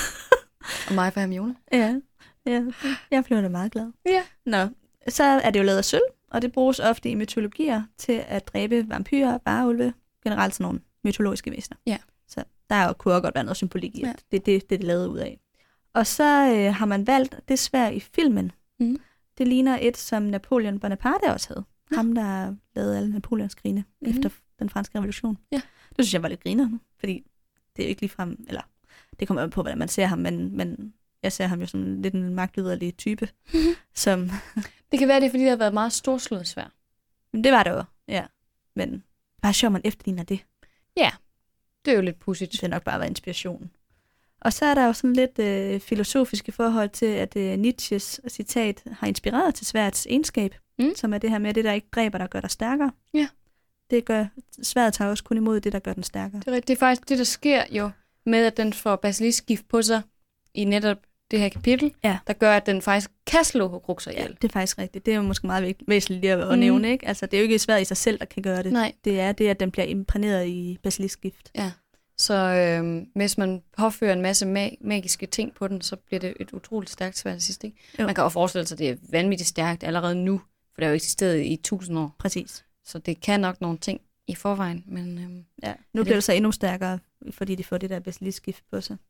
S1: Og mig for Hermione.
S2: Ja, jeg blev da meget glad.
S1: Ja.
S2: Nå, så er det jo lavet af sølv, og det bruges ofte i mytologier til at dræbe vampyrer, varulve, generelt sådan nogle mytologiske væsener.
S1: Ja.
S2: Så der kunne også godt være noget symbolik i, at det er det lavet ud af. Og så har man valgt det sværd i filmen. Det ligner et, som Napoleon Bonaparte også havde. Ham, der lavede alle Napoleonskrigene efter den franske revolution. Ja. Det synes jeg var lidt griner, fordi det er jo ikke ligefrem, eller det kommer jo på, hvordan man ser ham, men jeg ser ham jo som lidt en magtlyderlig type. Som
S1: det kan være, det er, fordi det har været meget storslået sværd.
S2: Det var det jo, ja. Men bare sjovt, man efterligner det.
S1: Ja, det er jo lidt pudsigt.
S2: Det har nok bare været inspiration. Og så er der jo sådan lidt filosofisk i forhold til, at Nietzsches citat har inspireret til sværds egenskab, som er det her med, at det, der ikke dræber, der gør dig stærkere. Ja. Det gør, sværdet tager også kun imod det, der gør den stærkere.
S1: Det er faktisk det, der sker jo med, at den får basiliskgift på sig i netop det her kapitel, der gør, at den faktisk kan slå Horcruxer ihjel.
S2: Ja, det er faktisk rigtigt. Det er jo måske meget væsentligt lige at nævne, ikke? Altså, det er jo ikke sværd i sig selv, der kan gøre det.
S1: Nej.
S2: Det er det, at den bliver imprægneret i basiliskgift.
S1: Ja. Så hvis man påfører en masse magiske ting på den, så bliver det et utroligt stærkt sværd til sidst, ikke? Man kan jo forestille sig, at det er vanvittigt stærkt allerede nu, for det har jo eksisteret i 1000 år.
S2: Præcis.
S1: Så det kan nok nogle ting i forvejen. Men,
S2: nu bliver det så endnu stærkere, fordi de får det der basiliskgift på sig.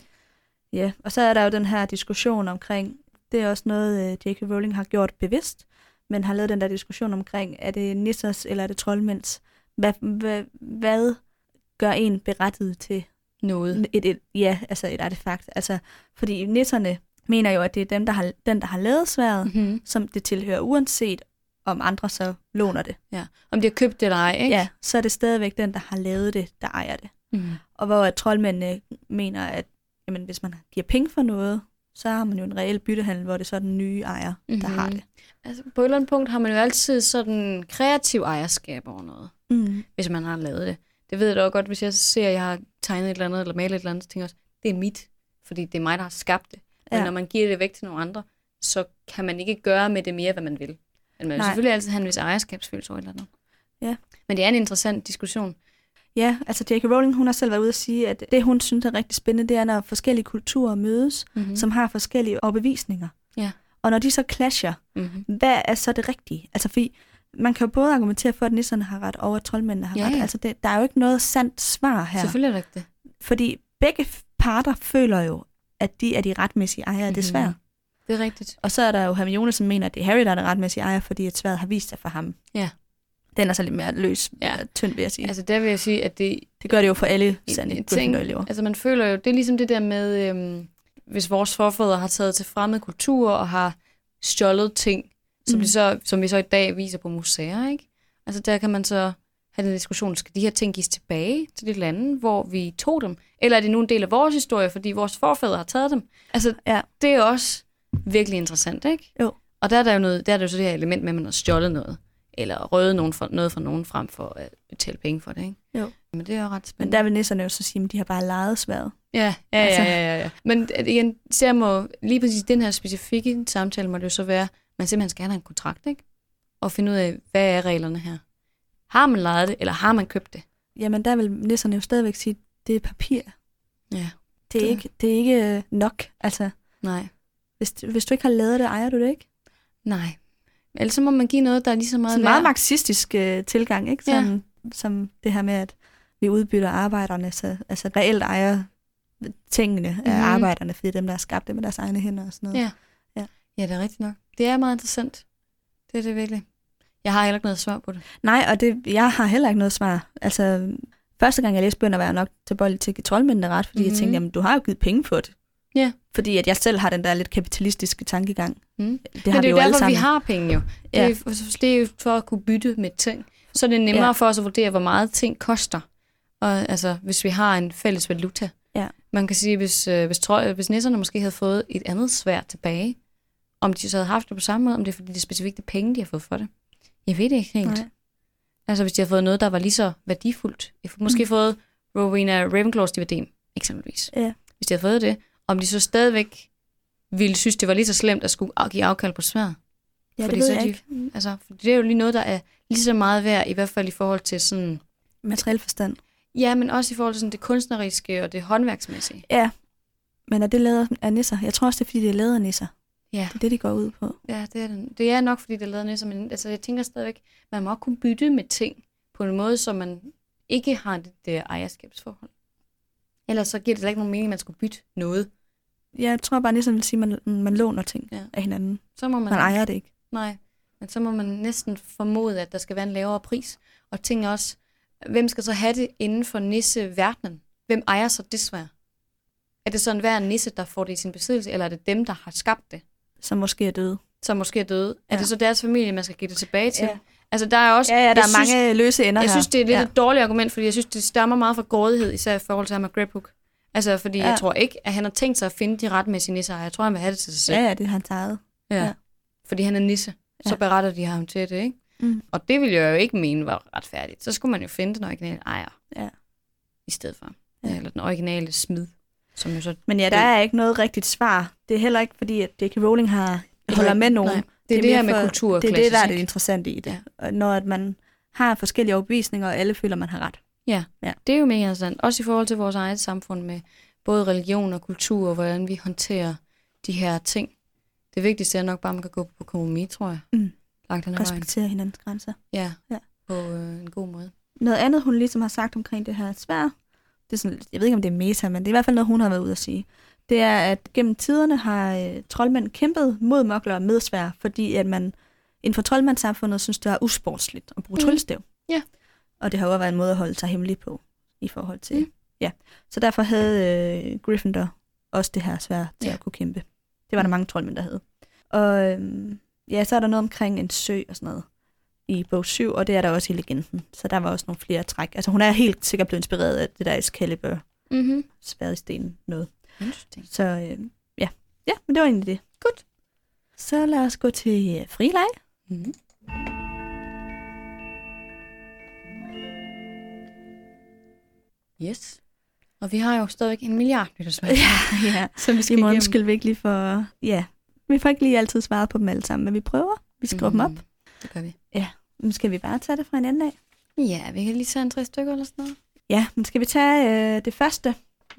S2: Ja, og så er der jo den her diskussion omkring, det er også noget, J.K. Rowling har gjort bevidst, men har lavet den der diskussion omkring, er det nissers eller er det troldmænds? Hvad gør en berettiget til
S1: noget?
S2: Et artefakt. Altså, fordi nisserne mener jo, at det er dem, der har lavet sværdet, som det tilhører, uanset om andre så låner det.
S1: Ja, om de har købt det eller ej, ikke?
S2: Ja, så er det stadigvæk den, der har lavet det, der ejer det. Og hvor at troldmændene mener, at jamen, hvis man giver penge for noget, så har man jo en reel byttehandel, hvor det så er den nye ejer, der har det.
S1: Altså, på et eller andet punkt har man jo altid sådan kreativ ejerskab over noget, hvis man har lavet det. Det ved jeg da godt, hvis jeg ser, at jeg har tegnet et eller andet, eller malet et eller andet, så tænker jeg også, det er mit, fordi det er mig, der har skabt det. Men når man giver det væk til nogle andre, så kan man ikke gøre med det mere, hvad man vil. Men man vil selvfølgelig altid have en vis ejerskabsfølelse over et eller andet. Ja. Men det er en interessant diskussion.
S2: Ja, altså J.K. Rowling, hun har selv været ude at sige, at det, hun synes er rigtig spændende, det er, når forskellige kulturer mødes, som har forskellige overbevisninger. Ja. Og når de så clasher, hvad er så det rigtige? Altså, fordi man kan jo både argumentere for, at nisserne har ret, og at troldmændene har ret. Altså, der er jo ikke noget sandt svar her.
S1: Selvfølgelig er det ikke det.
S2: Fordi begge parter føler jo, at de er de retmæssige ejere af det sværd.
S1: Det er rigtigt.
S2: Og så er der jo Hermione, som mener, at det er Harry, der er den retmæssige ejer, fordi et sværd har vist sig for ham. Ja. Den er så lidt mere løs, tynd, vil jeg sige.
S1: Altså der vil jeg sige, at det
S2: gør det jo for alle sande Gryffindor-elever.
S1: Altså man føler jo, det er ligesom det der med, hvis vores forfædre har taget til fremmede kulturer og har stjålet ting, som vi så i dag viser på museer, ikke? Altså der kan man så have den diskussion, skal de her ting gives tilbage til de lande, hvor vi tog dem? Eller er det nu en del af vores historie, fordi vores forfædre har taget dem? Altså det er også virkelig interessant, ikke? Jo. Og der er jo noget, der er det jo så det her element med, at man har stjålet noget. Eller røde noget fra nogen frem for at betale penge for det, ikke? Jo. Men det er jo ret spændende.
S2: Men der vil nisserne jo så sige, at de har bare lejet sværdet.
S1: Ja. Men igen, så må lige præcis den her specifikke samtale må det jo så være, at man simpelthen skal have en kontrakt, ikke? Og finde ud af, hvad er reglerne her? Har man lejet det, eller har man købt det?
S2: Jamen, der vil nisserne jo stadigvæk sige, at det er papir.
S1: Ja.
S2: Det er ikke nok, altså.
S1: Nej.
S2: Hvis du ikke har lavet det, ejer du det ikke?
S1: Nej. Ellers så må man give noget, der er lige så meget
S2: sådan en meget marxistisk tilgang, ikke? Sådan, som det her med, at vi udbytter arbejderne, så altså reelt ejer tingene af arbejderne, fordi dem, der har skabt det med deres egne hænder og sådan noget.
S1: Ja, det er rigtigt nok. Det er meget interessant. Det er det virkelig. Jeg har heller ikke noget svar på det.
S2: Nej, og jeg har heller ikke noget svar. Altså, første gang jeg læste bøger, var jeg nok tilbøjelig til at give troldmændene ret, fordi jeg tænkte, jamen, du har jo givet penge for det. Ja. Fordi at jeg selv har den der lidt kapitalistiske tankegang. Det
S1: men det er jo derfor, vi har penge jo. Det er jo for at kunne bytte med ting. Så er det nemmere for os at vurdere, hvor meget ting koster. Og altså, hvis vi har en fælles valuta.
S2: Ja.
S1: Man kan sige, hvis nisserne måske havde fået et andet sværd tilbage, om de så havde haft det på samme måde, om det er fordi det er specifikt penge, de har fået for det. Jeg ved det ikke helt. Nej. Altså, hvis de havde fået noget, der var lige så værdifuldt. Måske fået Rowena Ravenclaws diadem, eksempelvis.
S2: Ja.
S1: Hvis de havde fået det, om de så stadigvæk ville synes, det var lige så slemt at skulle give afkald på sværd.
S2: Ja, fordi det ved jeg ikke.
S1: Altså, det er jo lige noget, der er lige så meget værd, i hvert fald i forhold til sådan...
S2: materiel forstand.
S1: Ja, men også i forhold til sådan det kunstneriske og det håndværksmæssige.
S2: Ja, men er det lavet af nisser? Jeg tror også, det er, fordi det er lavet af nisser.
S1: Ja.
S2: Det er det, de går ud på.
S1: Ja, det er nok, fordi det er lavet af nisser, men altså, jeg tænker stadigvæk, man må også kunne bytte med ting på en måde, så man ikke har det ejerskabsforhold. Ellers så giver det slet ikke nogen mening, at man skulle bytte noget.
S2: Ja, jeg tror bare, nisser vil sige, at man låner ting af hinanden.
S1: Så må
S2: man ejer det ikke.
S1: Nej, men så må man næsten formode, at der skal være en lavere pris. Og tænker også, hvem skal så have det inden for nisseverdenen? Hvem ejer så det sværd? Er det sådan hver nisse, der får det i sin besiddelse, eller er det dem, der har skabt det?
S2: Som måske er døde.
S1: Ja. Er det så deres familie, man skal give det tilbage til? Ja. Altså, der er også...
S2: Ja, der er mange løse ender her.
S1: Jeg synes, det er lidt et dårligt argument, fordi jeg synes, det stammer meget fra grådighed, især i forhold til ham med Griphook. Altså, fordi jeg tror ikke, at han har tænkt sig at finde de retmæssige nisser. Jeg tror, han vil have det til sig selv.
S2: Ja, det er hans eget.
S1: Ja. Fordi han er nisse. Så beretter de ham til det, ikke? Mm. Og det ville jeg jo ikke mene var retfærdigt. Så skulle man jo finde den originale ejer. Ja. I stedet for. Ja. Eller den originale smid. Som jo så
S2: men ja, der er ikke noget rigtigt svar. Det er heller ikke, fordi at J.K. Rowling holder med nogen.
S1: Nej. Det er det her med kultur og
S2: det er det, der er det interessante i det. Ja. Når at man har forskellige overbevisninger, og alle føler, man har ret.
S1: Ja, det er jo mega interessant. Også i forhold til vores eget samfund med både religion og kultur, og hvordan vi håndterer de her ting. Det vigtigste er nok bare, at man kan gå på kompromis, tror jeg.
S2: Respektere hinandens grænser.
S1: Ja. På en god måde.
S2: Noget andet, hun ligesom har sagt omkring det her sværd, det er sådan, jeg ved ikke, om det er meta, men det er i hvert fald noget, hun har været ude at sige. Det er, at gennem tiderne har troldmænd kæmpet mod mugglere med sværd, fordi at man inden for troldmandssamfundet synes, det er usportsligt at bruge tryllestav.
S1: Ja.
S2: Og det har jo været en måde at holde sig hemmelig på i forhold til... Ja. Så derfor havde Gryffindor også det her sværd til at kunne kæmpe. Det var der mange troldmænd, der havde. Og så er der noget omkring en sø og sådan noget i bog 7, og det er der også i legenden. Så der var også nogle flere træk. Altså hun er helt sikkert blevet inspireret af det der Excalibur. Sværd i stenen noget. Så ja, men det var egentlig det.
S1: Godt.
S2: Så lad os gå til frileg.
S1: Yes. Og vi har jo stadig 1 milliard nytårsvalg.
S2: Ja. Så vi skal i morgen skal vi ikke lige for... Ja, vi får ikke lige altid svaret på dem alle sammen, men vi prøver. Vi skriver dem op.
S1: Det gør vi.
S2: Ja, men skal vi bare tage det fra en anden af?
S1: Ja, vi kan lige tage 3 stykker eller sådan noget.
S2: Ja, men skal vi tage det første?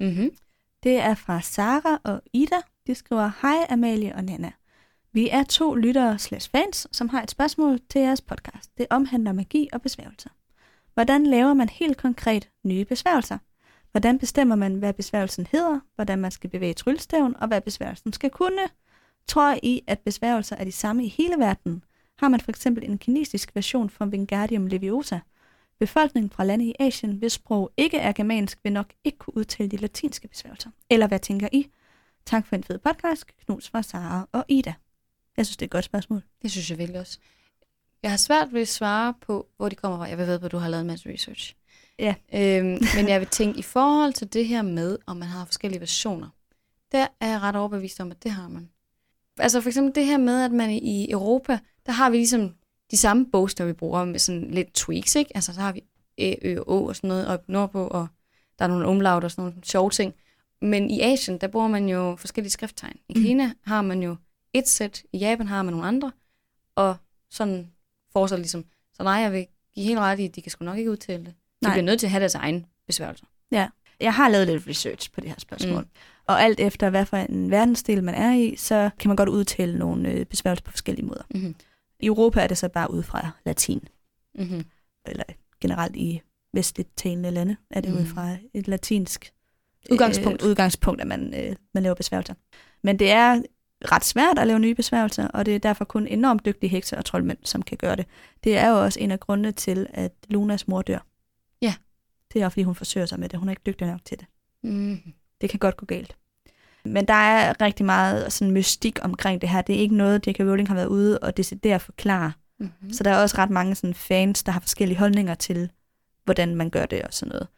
S2: Det er fra Sara og Ida. De skriver, hej Amalie og Nana. Vi er 2 lyttere/fans, som har et spørgsmål til jeres podcast. Det omhandler magi og besværgelser. Hvordan laver man helt konkret nye besværgelser? Hvordan bestemmer man, hvad besværgelsen hedder, hvordan man skal bevæge tryllestaven, og hvad besværgelsen skal kunne? Tror I, at besværgelser er de samme i hele verden? Har man for eksempel en kinesisk version fra Wingardium Leviosa? Befolkningen fra lande i Asien, hvis sprog ikke er germansk, vil nok ikke kunne udtale de latinske besværgelser. Eller hvad tænker I? Tak for en fed podcast. Knus fra Sara og Ida. Jeg synes, det er et godt spørgsmål.
S1: Det synes jeg virkelig også. Jeg har svært ved at svare på, hvor de kommer fra. Jeg ved, at du har lavet en masse research.
S2: Ja.
S1: Men jeg vil tænke, i forhold til det her med, om man har forskellige versioner, der er jeg ret overbevist om, at det har man. Altså for eksempel det her med, at man i Europa, der har vi ligesom de samme bogstaver, vi bruger med sådan lidt tweaks, ikke? Altså så har vi Ø og Å og sådan noget op nordpå, og der er nogle umlaut og sådan nogle sjove ting. Men i Asien, der bruger man jo forskellige skrifttegn. I Kina har man jo et sæt, i Japan har man nogle andre, og sådan fortsat ligesom. Så nej, jeg vil give helt ret i, at de kan sgu nok ikke udtale det. De bliver nødt til at have deres egen besværgelser.
S2: Ja, jeg har lavet lidt research på det her spørgsmål. Og alt efter, hvad for en verdensdel man er i, så kan man godt udtale nogle besværgelser på forskellige måder. I Europa er det så bare ud fra latin. Eller generelt i vestligt talende lande er det ud fra et latinsk udgangspunkt, at man laver besværgelser. Men det er ret svært at lave nye besværgelser, og det er derfor kun enormt dygtige hekser og troldmænd, som kan gøre det. Det er jo også en af grundene til, at Lunas mor dør.
S1: Ja.
S2: Det er fordi hun forsøger sig med det. Hun er ikke dygtig nok til det. Det kan godt gå galt. Men der er rigtig meget sådan mystik omkring det her. Det er ikke noget, J.K. Rowling har været ude og decidere at forklare. Så der er også ret mange sådan fans, der har forskellige holdninger til, hvordan man gør det og sådan noget.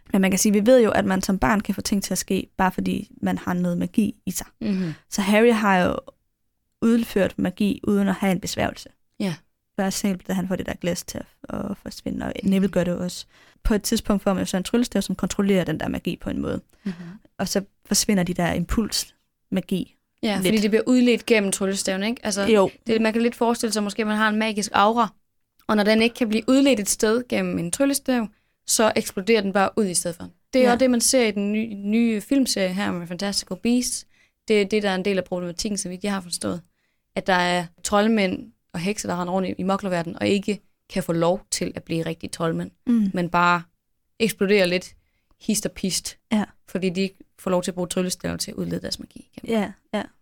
S2: Men man kan sige, at vi ved jo, at man som barn kan få ting til at ske, bare fordi man har noget magi i sig. Mm-hmm. Så Harry har jo udført magi, uden at have en besværgelse.
S1: Ja.
S2: For eksempel, da han får det der glas til at forsvinde, og Neville gør det også. På et tidspunkt får man jo så en tryllestav, som kontrollerer den der magi på en måde. Mm-hmm. Og så forsvinder de der impulsmagi.
S1: Ja, lidt. Fordi det bliver udledt gennem tryllestaven, ikke? Altså,
S2: jo.
S1: Man kan lidt forestille sig, måske man har en magisk aura, og når den ikke kan blive udledt et sted gennem en tryllestav, så eksploderer den bare ud i stedet for. Det er også det, man ser i den nye filmserie her med Fantastical Beasts. Det er det, der er en del af problematikken, så vidt jeg har forstået. At der er troldmænd og hekse, der render rundt i muglerverdenen, og ikke kan få lov til at blive rigtige troldmænd, men bare eksploderer lidt hist og pist, fordi de får lov til at bruge tryllestav til at udlede deres magi.
S2: Ja.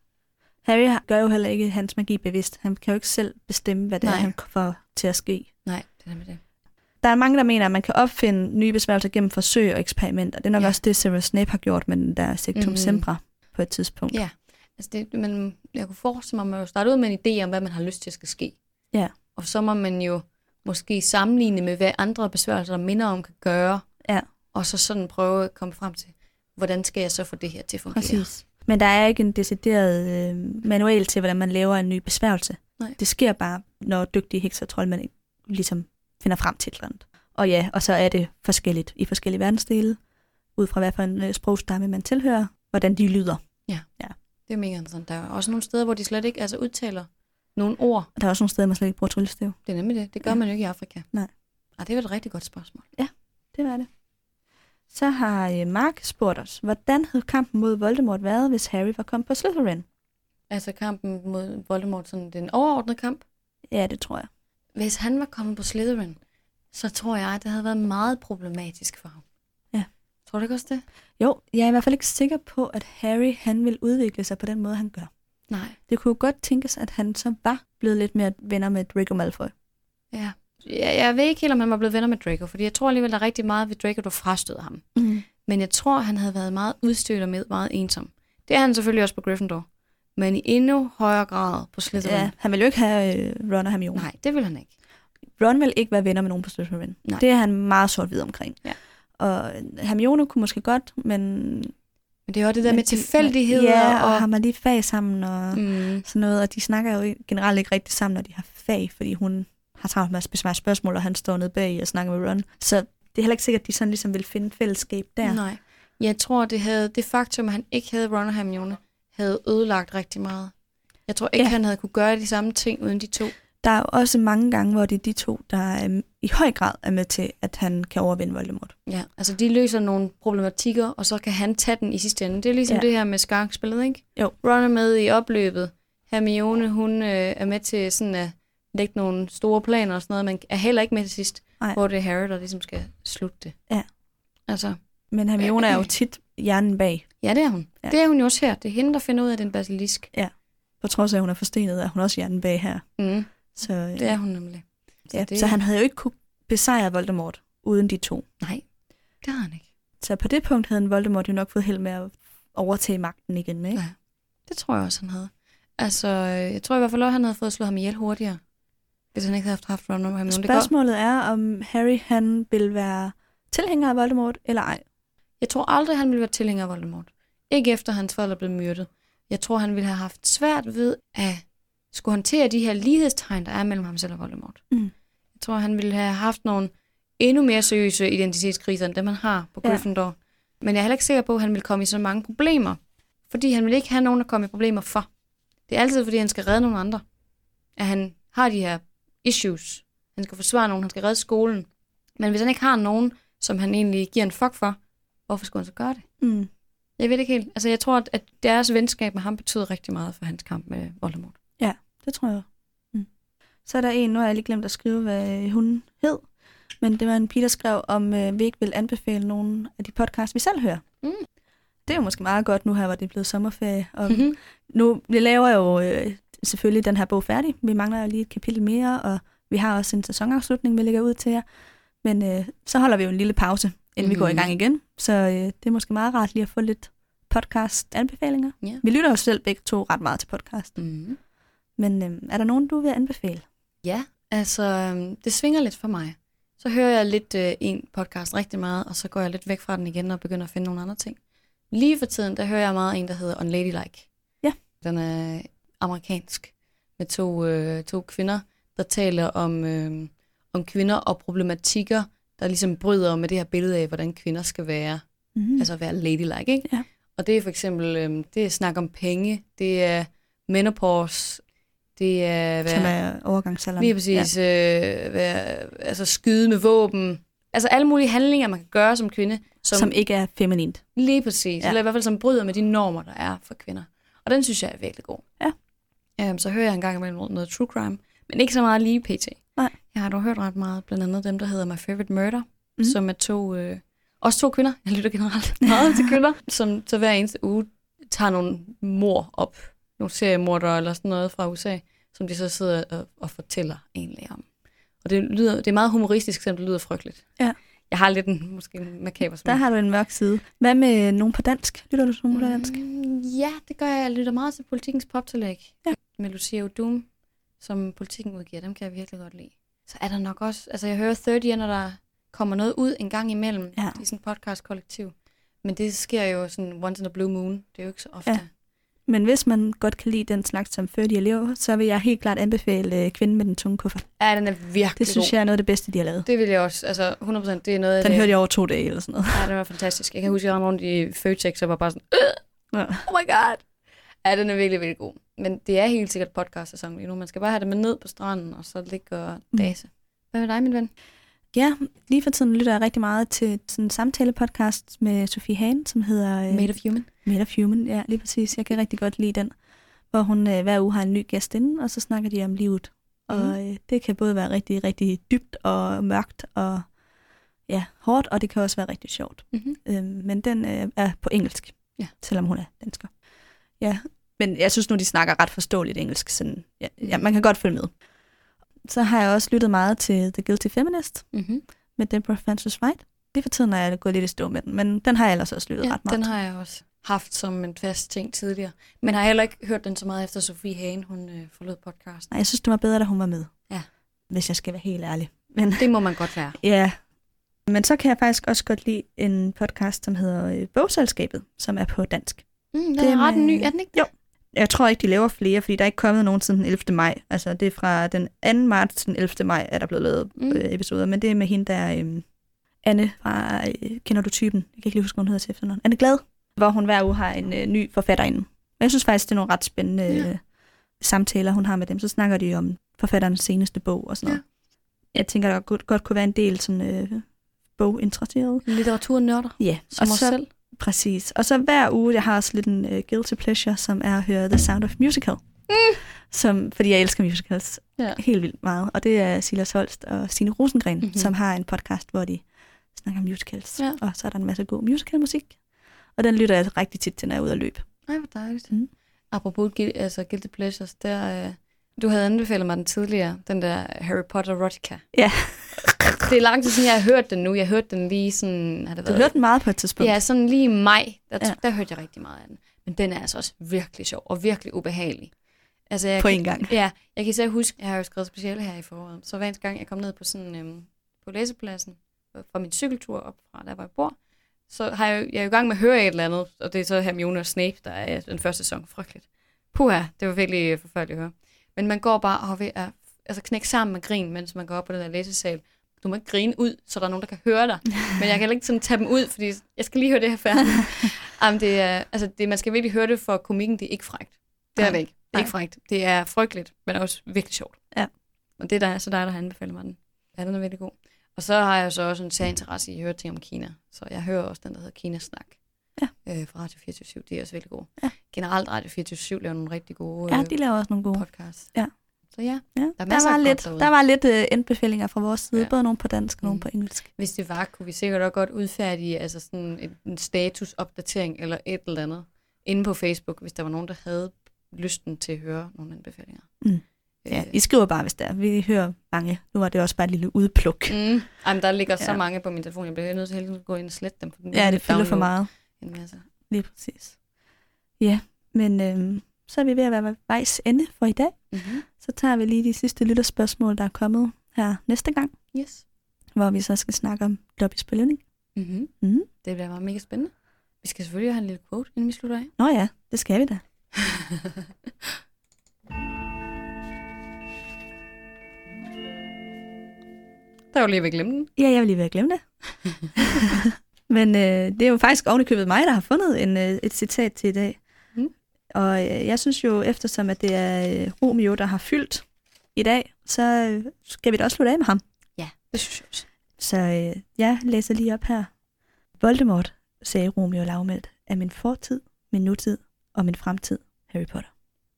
S2: Harry gør jo heller ikke hans magi bevidst. Han kan jo ikke selv bestemme, hvad det er, han får til at ske.
S1: Nej, det er med det.
S2: Der er mange, der mener, at man kan opfinde nye besværgelser gennem forsøg og eksperimenter. Det er nok også det, Severus Snape har gjort med den der Sectum Sempra på et tidspunkt. Ja,
S1: altså jeg kunne forestille mig, at man jo starte ud med en idé om, hvad man har lyst til at skal ske.
S2: Ja.
S1: Og så må man jo måske sammenligne med, hvad andre besværgelser, der minder om, kan gøre.
S2: Ja.
S1: Og så sådan prøve at komme frem til, hvordan skal jeg så få det her til at fungere.
S2: Præcis. Men der er ikke en decideret manual til, hvordan man laver en ny besværgelse.
S1: Nej.
S2: Det sker bare, når dygtige hekser og troldmænd ligesom finder frem til et eller andet. Og ja, og så er det forskelligt i forskellige verdensdele, ud fra hvad for en sprogstamme man tilhører, hvordan de lyder.
S1: Ja. Det er mega interessant. Der er også nogle steder, hvor de slet ikke udtaler nogle ord.
S2: Der er også nogle steder, man slet ikke bruger tryllestav.
S1: Det er nemlig det. Det gør man jo ikke i Afrika.
S2: Nej.
S1: Det er et rigtig godt spørgsmål.
S2: Ja, det var det. Så har Mark spurgt os, hvordan havde kampen mod Voldemort været, hvis Harry var kommet på Slytherin?
S1: Altså kampen mod Voldemort, sådan den overordnede kamp?
S2: Ja, det tror jeg.
S1: Hvis han var kommet på Slytherin, så tror jeg, at det havde været meget problematisk for ham.
S2: Ja.
S1: Tror du ikke også det?
S2: Jo, jeg er i hvert fald ikke sikker på, at Harry han vil udvikle sig på den måde, han gør.
S1: Nej.
S2: Det kunne godt tænkes, at han så var blevet lidt mere venner med Draco Malfoy.
S1: Ja. Jeg ved ikke helt, om han var blevet venner med Draco, fordi jeg tror alligevel, der er rigtig meget ved Draco, der frastøder ham. Mm. Men jeg tror, han havde været meget udstødt og meget ensom. Det er han selvfølgelig også på Gryffindor. Men i endnu højere grad på Slytherin.
S2: Ja, han vil jo ikke have Ron og Hermione.
S1: Nej, det vil han ikke.
S2: Ron vil ikke være venner med nogen på Slytherin. Nej. Det er han meget sort-hvid omkring.
S1: Ja.
S2: Og Hermione kunne måske godt, men
S1: det er jo det der med tilfældigheder.
S2: Ja, og har man lige fag sammen og sådan noget. Og de snakker jo generelt ikke rigtig sammen, når de har fag, fordi hun har travlt med at besvare spørgsmål, og han står nede bag og snakker med Ron. Så det er heller ikke sikkert, at de sådan ligesom vil finde fællesskab der.
S1: Nej. Jeg tror, det faktum, at han ikke havde Ron og Hermione, havde ødelagt rigtig meget. Jeg tror ikke, han havde kunne gøre de samme ting uden de to. Der
S2: er jo også mange gange, hvor det er de to, der i høj grad er med til, at han kan overvinde Voldemort.
S1: Ja, altså de løser nogle problematikker, og så kan han tage den i sidste ende. Det er ligesom det her med skakspillet, ikke?
S2: Jo.
S1: Ron er med i opløbet. Hermione, hun er med til sådan at lægge nogle store planer og sådan noget, men er heller ikke med til sidst, hvor det er Harry, der ligesom skal slutte det.
S2: Ja.
S1: Altså.
S2: Men Hermione er jo tit hjernen bag.
S1: Ja, det er hun. Ja. Det er hun jo også her. Det er hende, der finder ud af den basilisk.
S2: Ja. På trods af, at hun er forstenet, er hun også hjernen bag her.
S1: Mm. Så, det er hun nemlig.
S2: Så han havde jo ikke kunne besejre Voldemort uden de to.
S1: Nej, det har han ikke.
S2: Så på det punkt havde Voldemort jo nok fået held med at overtage magten igen, ikke?
S1: Ja, det tror jeg også, han havde. Altså, jeg tror i hvert fald, at han havde fået slået ham ihjel hurtigere, hvis han ikke havde haft Ron og Hermione.
S2: Spørgsmålet er, om Harry han vil være tilhænger af Voldemort eller ej.
S1: Jeg tror aldrig, han vil være tilhænger af Voldemort. Ikke efter hans forældre blev myrdet. Jeg tror, han ville have haft svært ved at skulle håndtere de her lighedstegn, der er mellem ham selv og Voldemort. Mm. Jeg tror, han ville have haft nogle endnu mere seriøse identitetskriser, end dem man har på Gryffindor. Men jeg er heller ikke sikker på, at han vil komme i så mange problemer. Fordi han vil ikke have nogen at komme i problemer for. Det er altid, fordi han skal redde nogle andre. At han har de her issues. Han skal forsvare nogen, han skal redde skolen. Men hvis han ikke har nogen, som han egentlig giver en fuck for, hvorfor skulle han så gøre det? Mm. Jeg ved ikke helt. Altså, jeg tror, at deres venskab med ham betyder rigtig meget for hans kamp med Voldemort.
S2: Ja, det tror jeg. Mm. Så er der en, nu har jeg lige glemt at skrive, hvad hun hed. Men det var en pige, der skrev, om vi ikke vil anbefale nogen af de podcasts, vi selv hører. Mm. Det er jo måske meget godt nu her, hvor det er blevet sommerferie. Og nu, vi laver jo selvfølgelig den her bog færdig. Vi mangler jo lige et kapitel mere, og vi har også en sæsonafslutning, vi lægger ud til jer. Men så holder vi jo en lille pause, inden vi går i gang igen. Så det er måske meget rart lige at få lidt podcast-anbefalinger. Yeah. Vi lytter jo selv begge to ret meget til podcast. Mm. Men er der nogen, du vil anbefale?
S1: Ja, altså det svinger lidt for mig. Så hører jeg lidt en podcast rigtig meget, og så går jeg lidt væk fra den igen og begynder at finde nogle andre ting. Lige for tiden, der hører jeg meget en, der hedder Unladylike.
S2: Ja.
S1: Den er amerikansk med to kvinder, der taler om kvinder og problematikker, der ligesom bryder med det her billede af, hvordan kvinder skal være. Altså at være ladylike, ikke?
S2: Ja.
S1: Og det er for eksempel, det er snak om penge, det er menopause, det er...
S2: Som er overgangsalderen.
S1: Lige præcis. Altså skyde med våben. Altså alle mulige handlinger, man kan gøre som kvinde.
S2: Som ikke er feminint.
S1: Lige præcis. Ja. Eller i hvert fald som bryder med de normer, der er for kvinder. Og den synes jeg er virkelig god.
S2: Ja.
S1: Så hører jeg en gang imellem noget true crime. Men ikke så meget lige pt.
S2: Nej.
S1: Jeg har dog hørt ret meget. Blandt andet dem, der hedder My Favorite Murder. Som er også to kvinder. Jeg lytter generelt meget til kvinder. Som så hver eneste uge tager nogle mord op. Nogle seriemordere eller sådan noget fra USA. Som de så sidder og fortæller egentlig om. Og det er meget humoristisk, selvom det lyder frygteligt.
S2: Ja.
S1: Jeg har lidt en måske makaber smag.
S2: Der har du en mørk side. Hvad med nogen på dansk? Lytter du til nogen på dansk?
S1: Ja, det gør jeg. Jeg lytter meget til Politikens poptillæg.
S2: Ja.
S1: Med Lucia Odum, som Politiken udgiver. Dem kan jeg virkelig godt lide. Så er der nok også... Altså, jeg hører 30, når der kommer noget ud en gang imellem i sådan et podcast-kollektiv. Men det sker jo sådan once in a blue moon. Det er jo ikke så ofte. Ja.
S2: Men hvis man godt kan lide den slags som 30 elever, så vil jeg helt klart anbefale Kvinden med den tunge kuffert.
S1: Ja, den er virkelig
S2: Det synes jeg er noget af det bedste, de har lavet.
S1: Det vil jeg også. Altså 100%, det er noget af
S2: den hørte jeg over 2 dage eller sådan noget.
S1: Ja, det var fantastisk. Jeg kan huske, at jeg rendte rundt i Føtex og var bare sådan, oh my god. Ja, den er virkelig, virkelig god. Men det er helt sikkert podcast-sæson lige nu. Man skal bare have det med ned på stranden, og så ligge og dase. Hvad med dig, min ven?
S2: Ja, lige for tiden lytter jeg rigtig meget til sådan en samtale-podcast med Sofie Hagen, som hedder...
S1: Made of Human.
S2: Made of Human, ja, lige præcis. Jeg kan rigtig godt lide den, hvor hun hver uge har en ny gæst inde, og så snakker de om livet. Og det kan både være rigtig, rigtig dybt og mørkt og hårdt, og det kan også være rigtig sjovt. Men den er på engelsk, selvom hun er dansker. Ja, men jeg synes nu, de snakker ret forståeligt engelsk. Sådan, man kan godt følge med. Så har jeg også lyttet meget til The Guilty Feminist med Deborah Frances-White. Lige for tiden er jeg gået lidt i stå med den, men den har jeg ellers også lyttet ret meget.
S1: Den har jeg også haft som en fast ting tidligere. Men har heller ikke hørt den så meget efter Sofie Hagen, hun forlod podcasten.
S2: Nej, jeg synes, det var bedre, da hun var med.
S1: Ja.
S2: Hvis jeg skal være helt ærlig. Men,
S1: det må man godt være.
S2: Ja. Men så kan jeg faktisk også godt lide en podcast, som hedder Bogselskabet, som er på dansk.
S1: Den er ret ny, er den ikke?
S2: Jo. Jeg tror ikke, de laver flere, fordi der er ikke kommet nogen siden den 11. maj. Altså, det er fra den 2. marts til den 11. maj, er der blevet lavet episoder. Men det er med hende, der Anne fra Kender du typen? Jeg kan ikke lige huske, hvad hun hedder til efternavn. Anne Glad, hvor hun hver uge har en ny forfatterinde. Og jeg synes faktisk, det er nogle ret spændende samtaler, hun har med dem. Så snakker de om forfatterens seneste bog og sådan noget. Jeg tænker, der godt kunne være en del sådan boginteresserede.
S1: Litteraturnørder?
S2: Ja.
S1: Som os selv?
S2: Præcis. Og så hver uge, jeg har også lidt en guilty pleasure, som er at høre The Sound of Musical. Fordi jeg elsker musicals helt vildt meget. Og det er Silas Holst og Stine Rosengren, som har en podcast, hvor de snakker musicals. Ja. Og så er der en masse god musicalmusik. Og den lytter jeg rigtig tit til, når jeg er ude at løbe.
S1: Ej, hvor dejligt. Apropos guilty pleasures, du havde anbefalet mig den tidligere, den der Harry Potter Erotica.
S2: Ja.
S1: Det er lang tid siden, jeg har hørt den nu. Jeg hørte den lige sådan...
S2: Du hørte den meget på et tidspunkt.
S1: Ja, sådan lige i maj. Der hørte jeg rigtig meget af den. Men den er altså også virkelig sjov og virkelig ubehagelig. Altså,
S2: på en gang.
S1: Ja, jeg kan især huske, jeg har jo skrevet speciale her i foråret. Så hver eneste gang, jeg kom ned på sådan på læsepladsen, fra min cykeltur op fra der, hvor jeg bor, så har jeg jo i gang med at høre et eller andet, og det er så Hermione og Snape, der er den første sæson. Frygteligt. Puha, det var virkelig forfærdeligt at høre. Men man går bare og ved at knække sammen med grin, mens man går op på den der læsesal. Du må ikke grine ud, så der er nogen, der kan høre dig. Men jeg kan heller ikke sådan tage dem ud, fordi jeg skal lige høre det her færdigt. Man skal virkelig høre det, for komikken, det er ikke frækt. Det er det ikke. Det er ikke frækt. Det er frygteligt, men også virkelig sjovt. Ja. Og det er så dig, der har anbefalet mig den. Ja, den er virkelig god. Og så har jeg så også en særinteresse i at høre ting om Kina. Så jeg hører også den, der hedder Kina Snak. Fra Radio 24/7. Det er også virkelig god. Ja. Generelt Radio 24/7 laver nogle rigtig gode
S2: de laver også nogle gode
S1: podcasts.
S2: Ja.
S1: Så ja,
S2: der var lidt anbefalinger fra vores side, både nogle på dansk og nogle på engelsk.
S1: Hvis det var, kunne vi sikkert også godt udfærdige altså sådan en statusopdatering eller et eller andet inde på Facebook, hvis der var nogen, der havde lysten til at høre nogle anbefalinger.
S2: Ja, I skriver bare, hvis der er. Vi hører mange. Nu var det også bare et lille udpluk.
S1: Jamen, der ligger så mange på min telefon. Jeg bliver nødt til at gå ind og slette dem. For
S2: det fylder for meget. Lige præcis. Ja, men så er vi ved at være vejs ende for i dag. Så tager vi lige de sidste lytterspørgsmål, der er kommet her næste gang.
S1: Yes.
S2: hvor vi så skal snakke om Dobbys belønning.
S1: Mm-hmm. Det bliver bare mega spændende. Vi skal selvfølgelig have en lille quote, inden vi slutter af.
S2: Nå ja, det skal vi da.
S1: Der var lige ved at glemme den.
S2: Ja, jeg vil lige ved at glemme det. Men det er jo faktisk ovenikøbet mig, der har fundet et citat til i dag. Og jeg synes jo, eftersom at det er Romeo, der har fyldt i dag, så skal vi da også slutte af med ham.
S1: Ja, det synes jeg også.
S2: Så jeg læser lige op her. Voldemort, sagde Romeo lavmældt, er min fortid, min nutid og min fremtid, Harry Potter.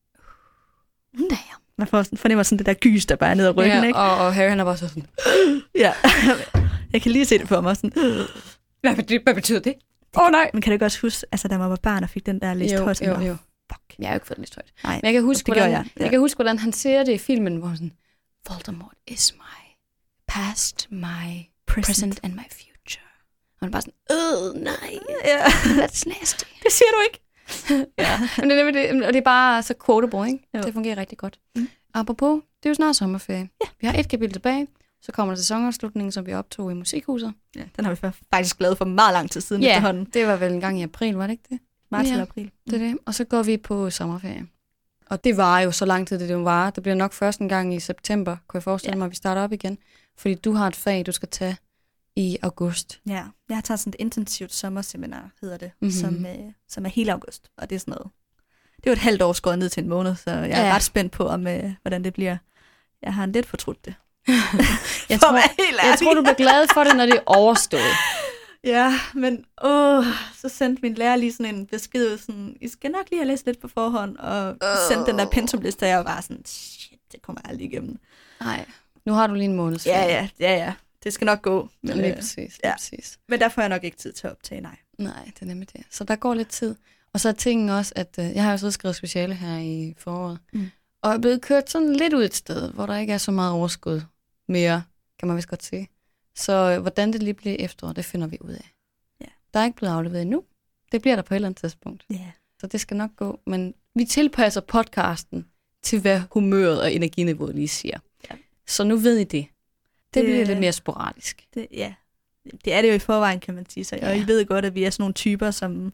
S2: Man fornemmer sådan det der gys, der bare er ned ad ryggen, ikke?
S1: Og Harry, han er bare sådan...
S2: Ja, jeg kan lige se det for mig sådan...
S1: Hvad betyder det?
S2: Nej. Men kan du ikke også huske, altså da man var barn og fik den der læst højt?
S1: Jo. Fuck. Jeg har jo ikke fået den læst højt.
S2: Nej,
S1: men jeg kan huske,
S2: jeg
S1: kan huske, hvordan han siger det i filmen, hvor sådan, Voldemort is my past, my present and my future. Og han bare sådan, nej, that's nasty.
S2: Det siger du ikke.
S1: Ja, men det er bare så quotable, ikke? Jo. Det fungerer rigtig godt. Apropos, det er jo snart sommerferie. Ja. Vi har et kapitel tilbage. Så kommer der sæsonafslutningen, som vi optog i Musikhuset.
S2: Ja, den har vi faktisk lavet for meget lang tid siden efterhånden.
S1: Det var vel en gang i april, var det ikke det?
S2: Marts eller april.
S1: Det er det. Og så går vi på sommerferie. Og det var jo så lang tid, det var. Det bliver nok først en gang i september, kunne jeg forestille mig, at vi starter op igen. Fordi du har et fag, du skal tage i august.
S2: Ja, jeg har taget sådan et intensivt sommerseminar, hedder det, som er hele august. Og det er sådan noget. Det er jo et halvt år skåret ned til en måned, så jeg er ret spændt på, hvordan det bliver. Jeg har lidt fortrudt det.
S1: Jeg tror, du bliver glad for det, når det er overstået.
S2: Ja, men så sendte min lærer lige sådan en besked, sådan, I skal nok lige have læst lidt på forhånd, og sendte den der pensumliste, og jeg var bare sådan, shit, det kommer jeg aldrig igennem.
S1: Nej, nu har du lige en måned.
S2: Ja. Det skal nok gå. Men,
S1: lige præcis.
S2: Men der får jeg nok ikke tid til at optage, nej.
S1: Nej, det er nemlig det. Så der går lidt tid. Og så er tingen også, at jeg har jo så skrevet speciale her i foråret, og er blevet kørt sådan lidt ud et sted, hvor der ikke er så meget overskud mere, kan man vist godt sige. Så hvordan det lige bliver efterår, det finder vi ud af.
S2: Ja.
S1: Der er ikke blevet afleveret endnu. Det bliver der på et eller andet tidspunkt.
S2: Yeah.
S1: Så det skal nok gå. Men vi tilpasser podcasten til, hvad humøret og energiniveauet lige siger. Ja. Så nu ved I det. Det bliver lidt mere sporadisk.
S2: Det er det jo i forvejen, kan man sige. Så, og I ved godt, at vi er sådan nogle typer,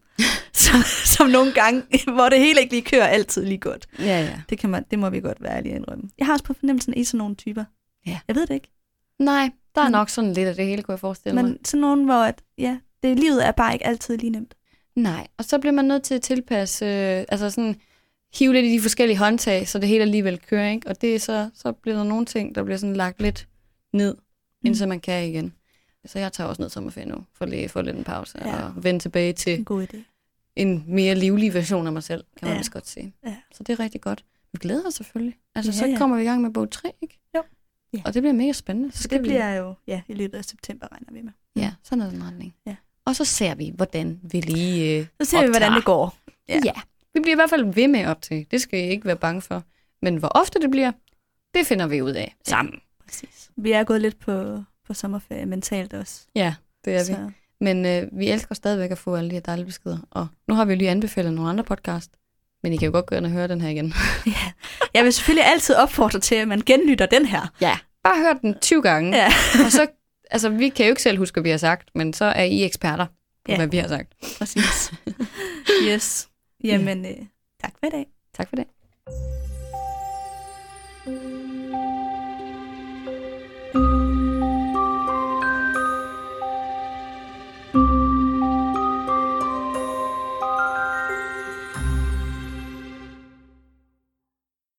S2: som nogle gange, hvor det hele ikke lige kører altid lige godt.
S1: Ja.
S2: Det må vi godt være ærlige at indrømme. Jeg har også på fornemmelsen, at I er sådan nogle typer. Ja. Jeg ved det ikke.
S1: Nej, der er nok sådan lidt af det hele, kunne jeg forestille mig.
S2: Men sådan nogen, hvor livet er bare ikke altid lige nemt.
S1: Nej, og så bliver man nødt til at tilpasse, altså sådan hive lidt i de forskellige håndtag, så det hele alligevel kører, ikke? Og det er så bliver der nogle ting, der bliver sådan lagt lidt ned, indtil man kan igen. Så jeg tager også ned sommerferie nu, for lige at få lidt en pause, og vende tilbage til en mere livlig version af mig selv, kan man vist godt sige. Ja. Så det er rigtig godt. Vi glæder os selvfølgelig. Altså, så kommer vi i gang med bog 3, ikke?
S2: Jo. Ja.
S1: Og det bliver mega spændende.
S2: Så det bliver jo i løbet af september, regner vi med.
S1: Ja, sådan er den retning. Ja. Og så ser vi, hvordan vi lige
S2: Så ser vi, hvordan det går.
S1: Ja, vi bliver i hvert fald ved med op til. Det skal I ikke være bange for. Men hvor ofte det bliver, det finder vi ud af sammen. Ja,
S2: præcis. Vi er gået lidt på sommerferie mentalt også.
S1: Ja, det er vi. Men vi elsker stadigvæk at få alle de her dejlige beskeder. Og nu har vi jo lige anbefalet nogle andre podcast. Men I kan jo godt gå ind og høre den her igen.
S2: Ja. Jeg vil selvfølgelig altid opfordre til, at man genlytter den her.
S1: Ja, bare hør den 20 gange. Ja. Og så, altså vi kan jo ikke selv huske, hvad vi har sagt, men så er I eksperter på, hvad vi har sagt.
S2: Præcis. Yes. Jamen, tak for i dag.
S1: Tak for i dag.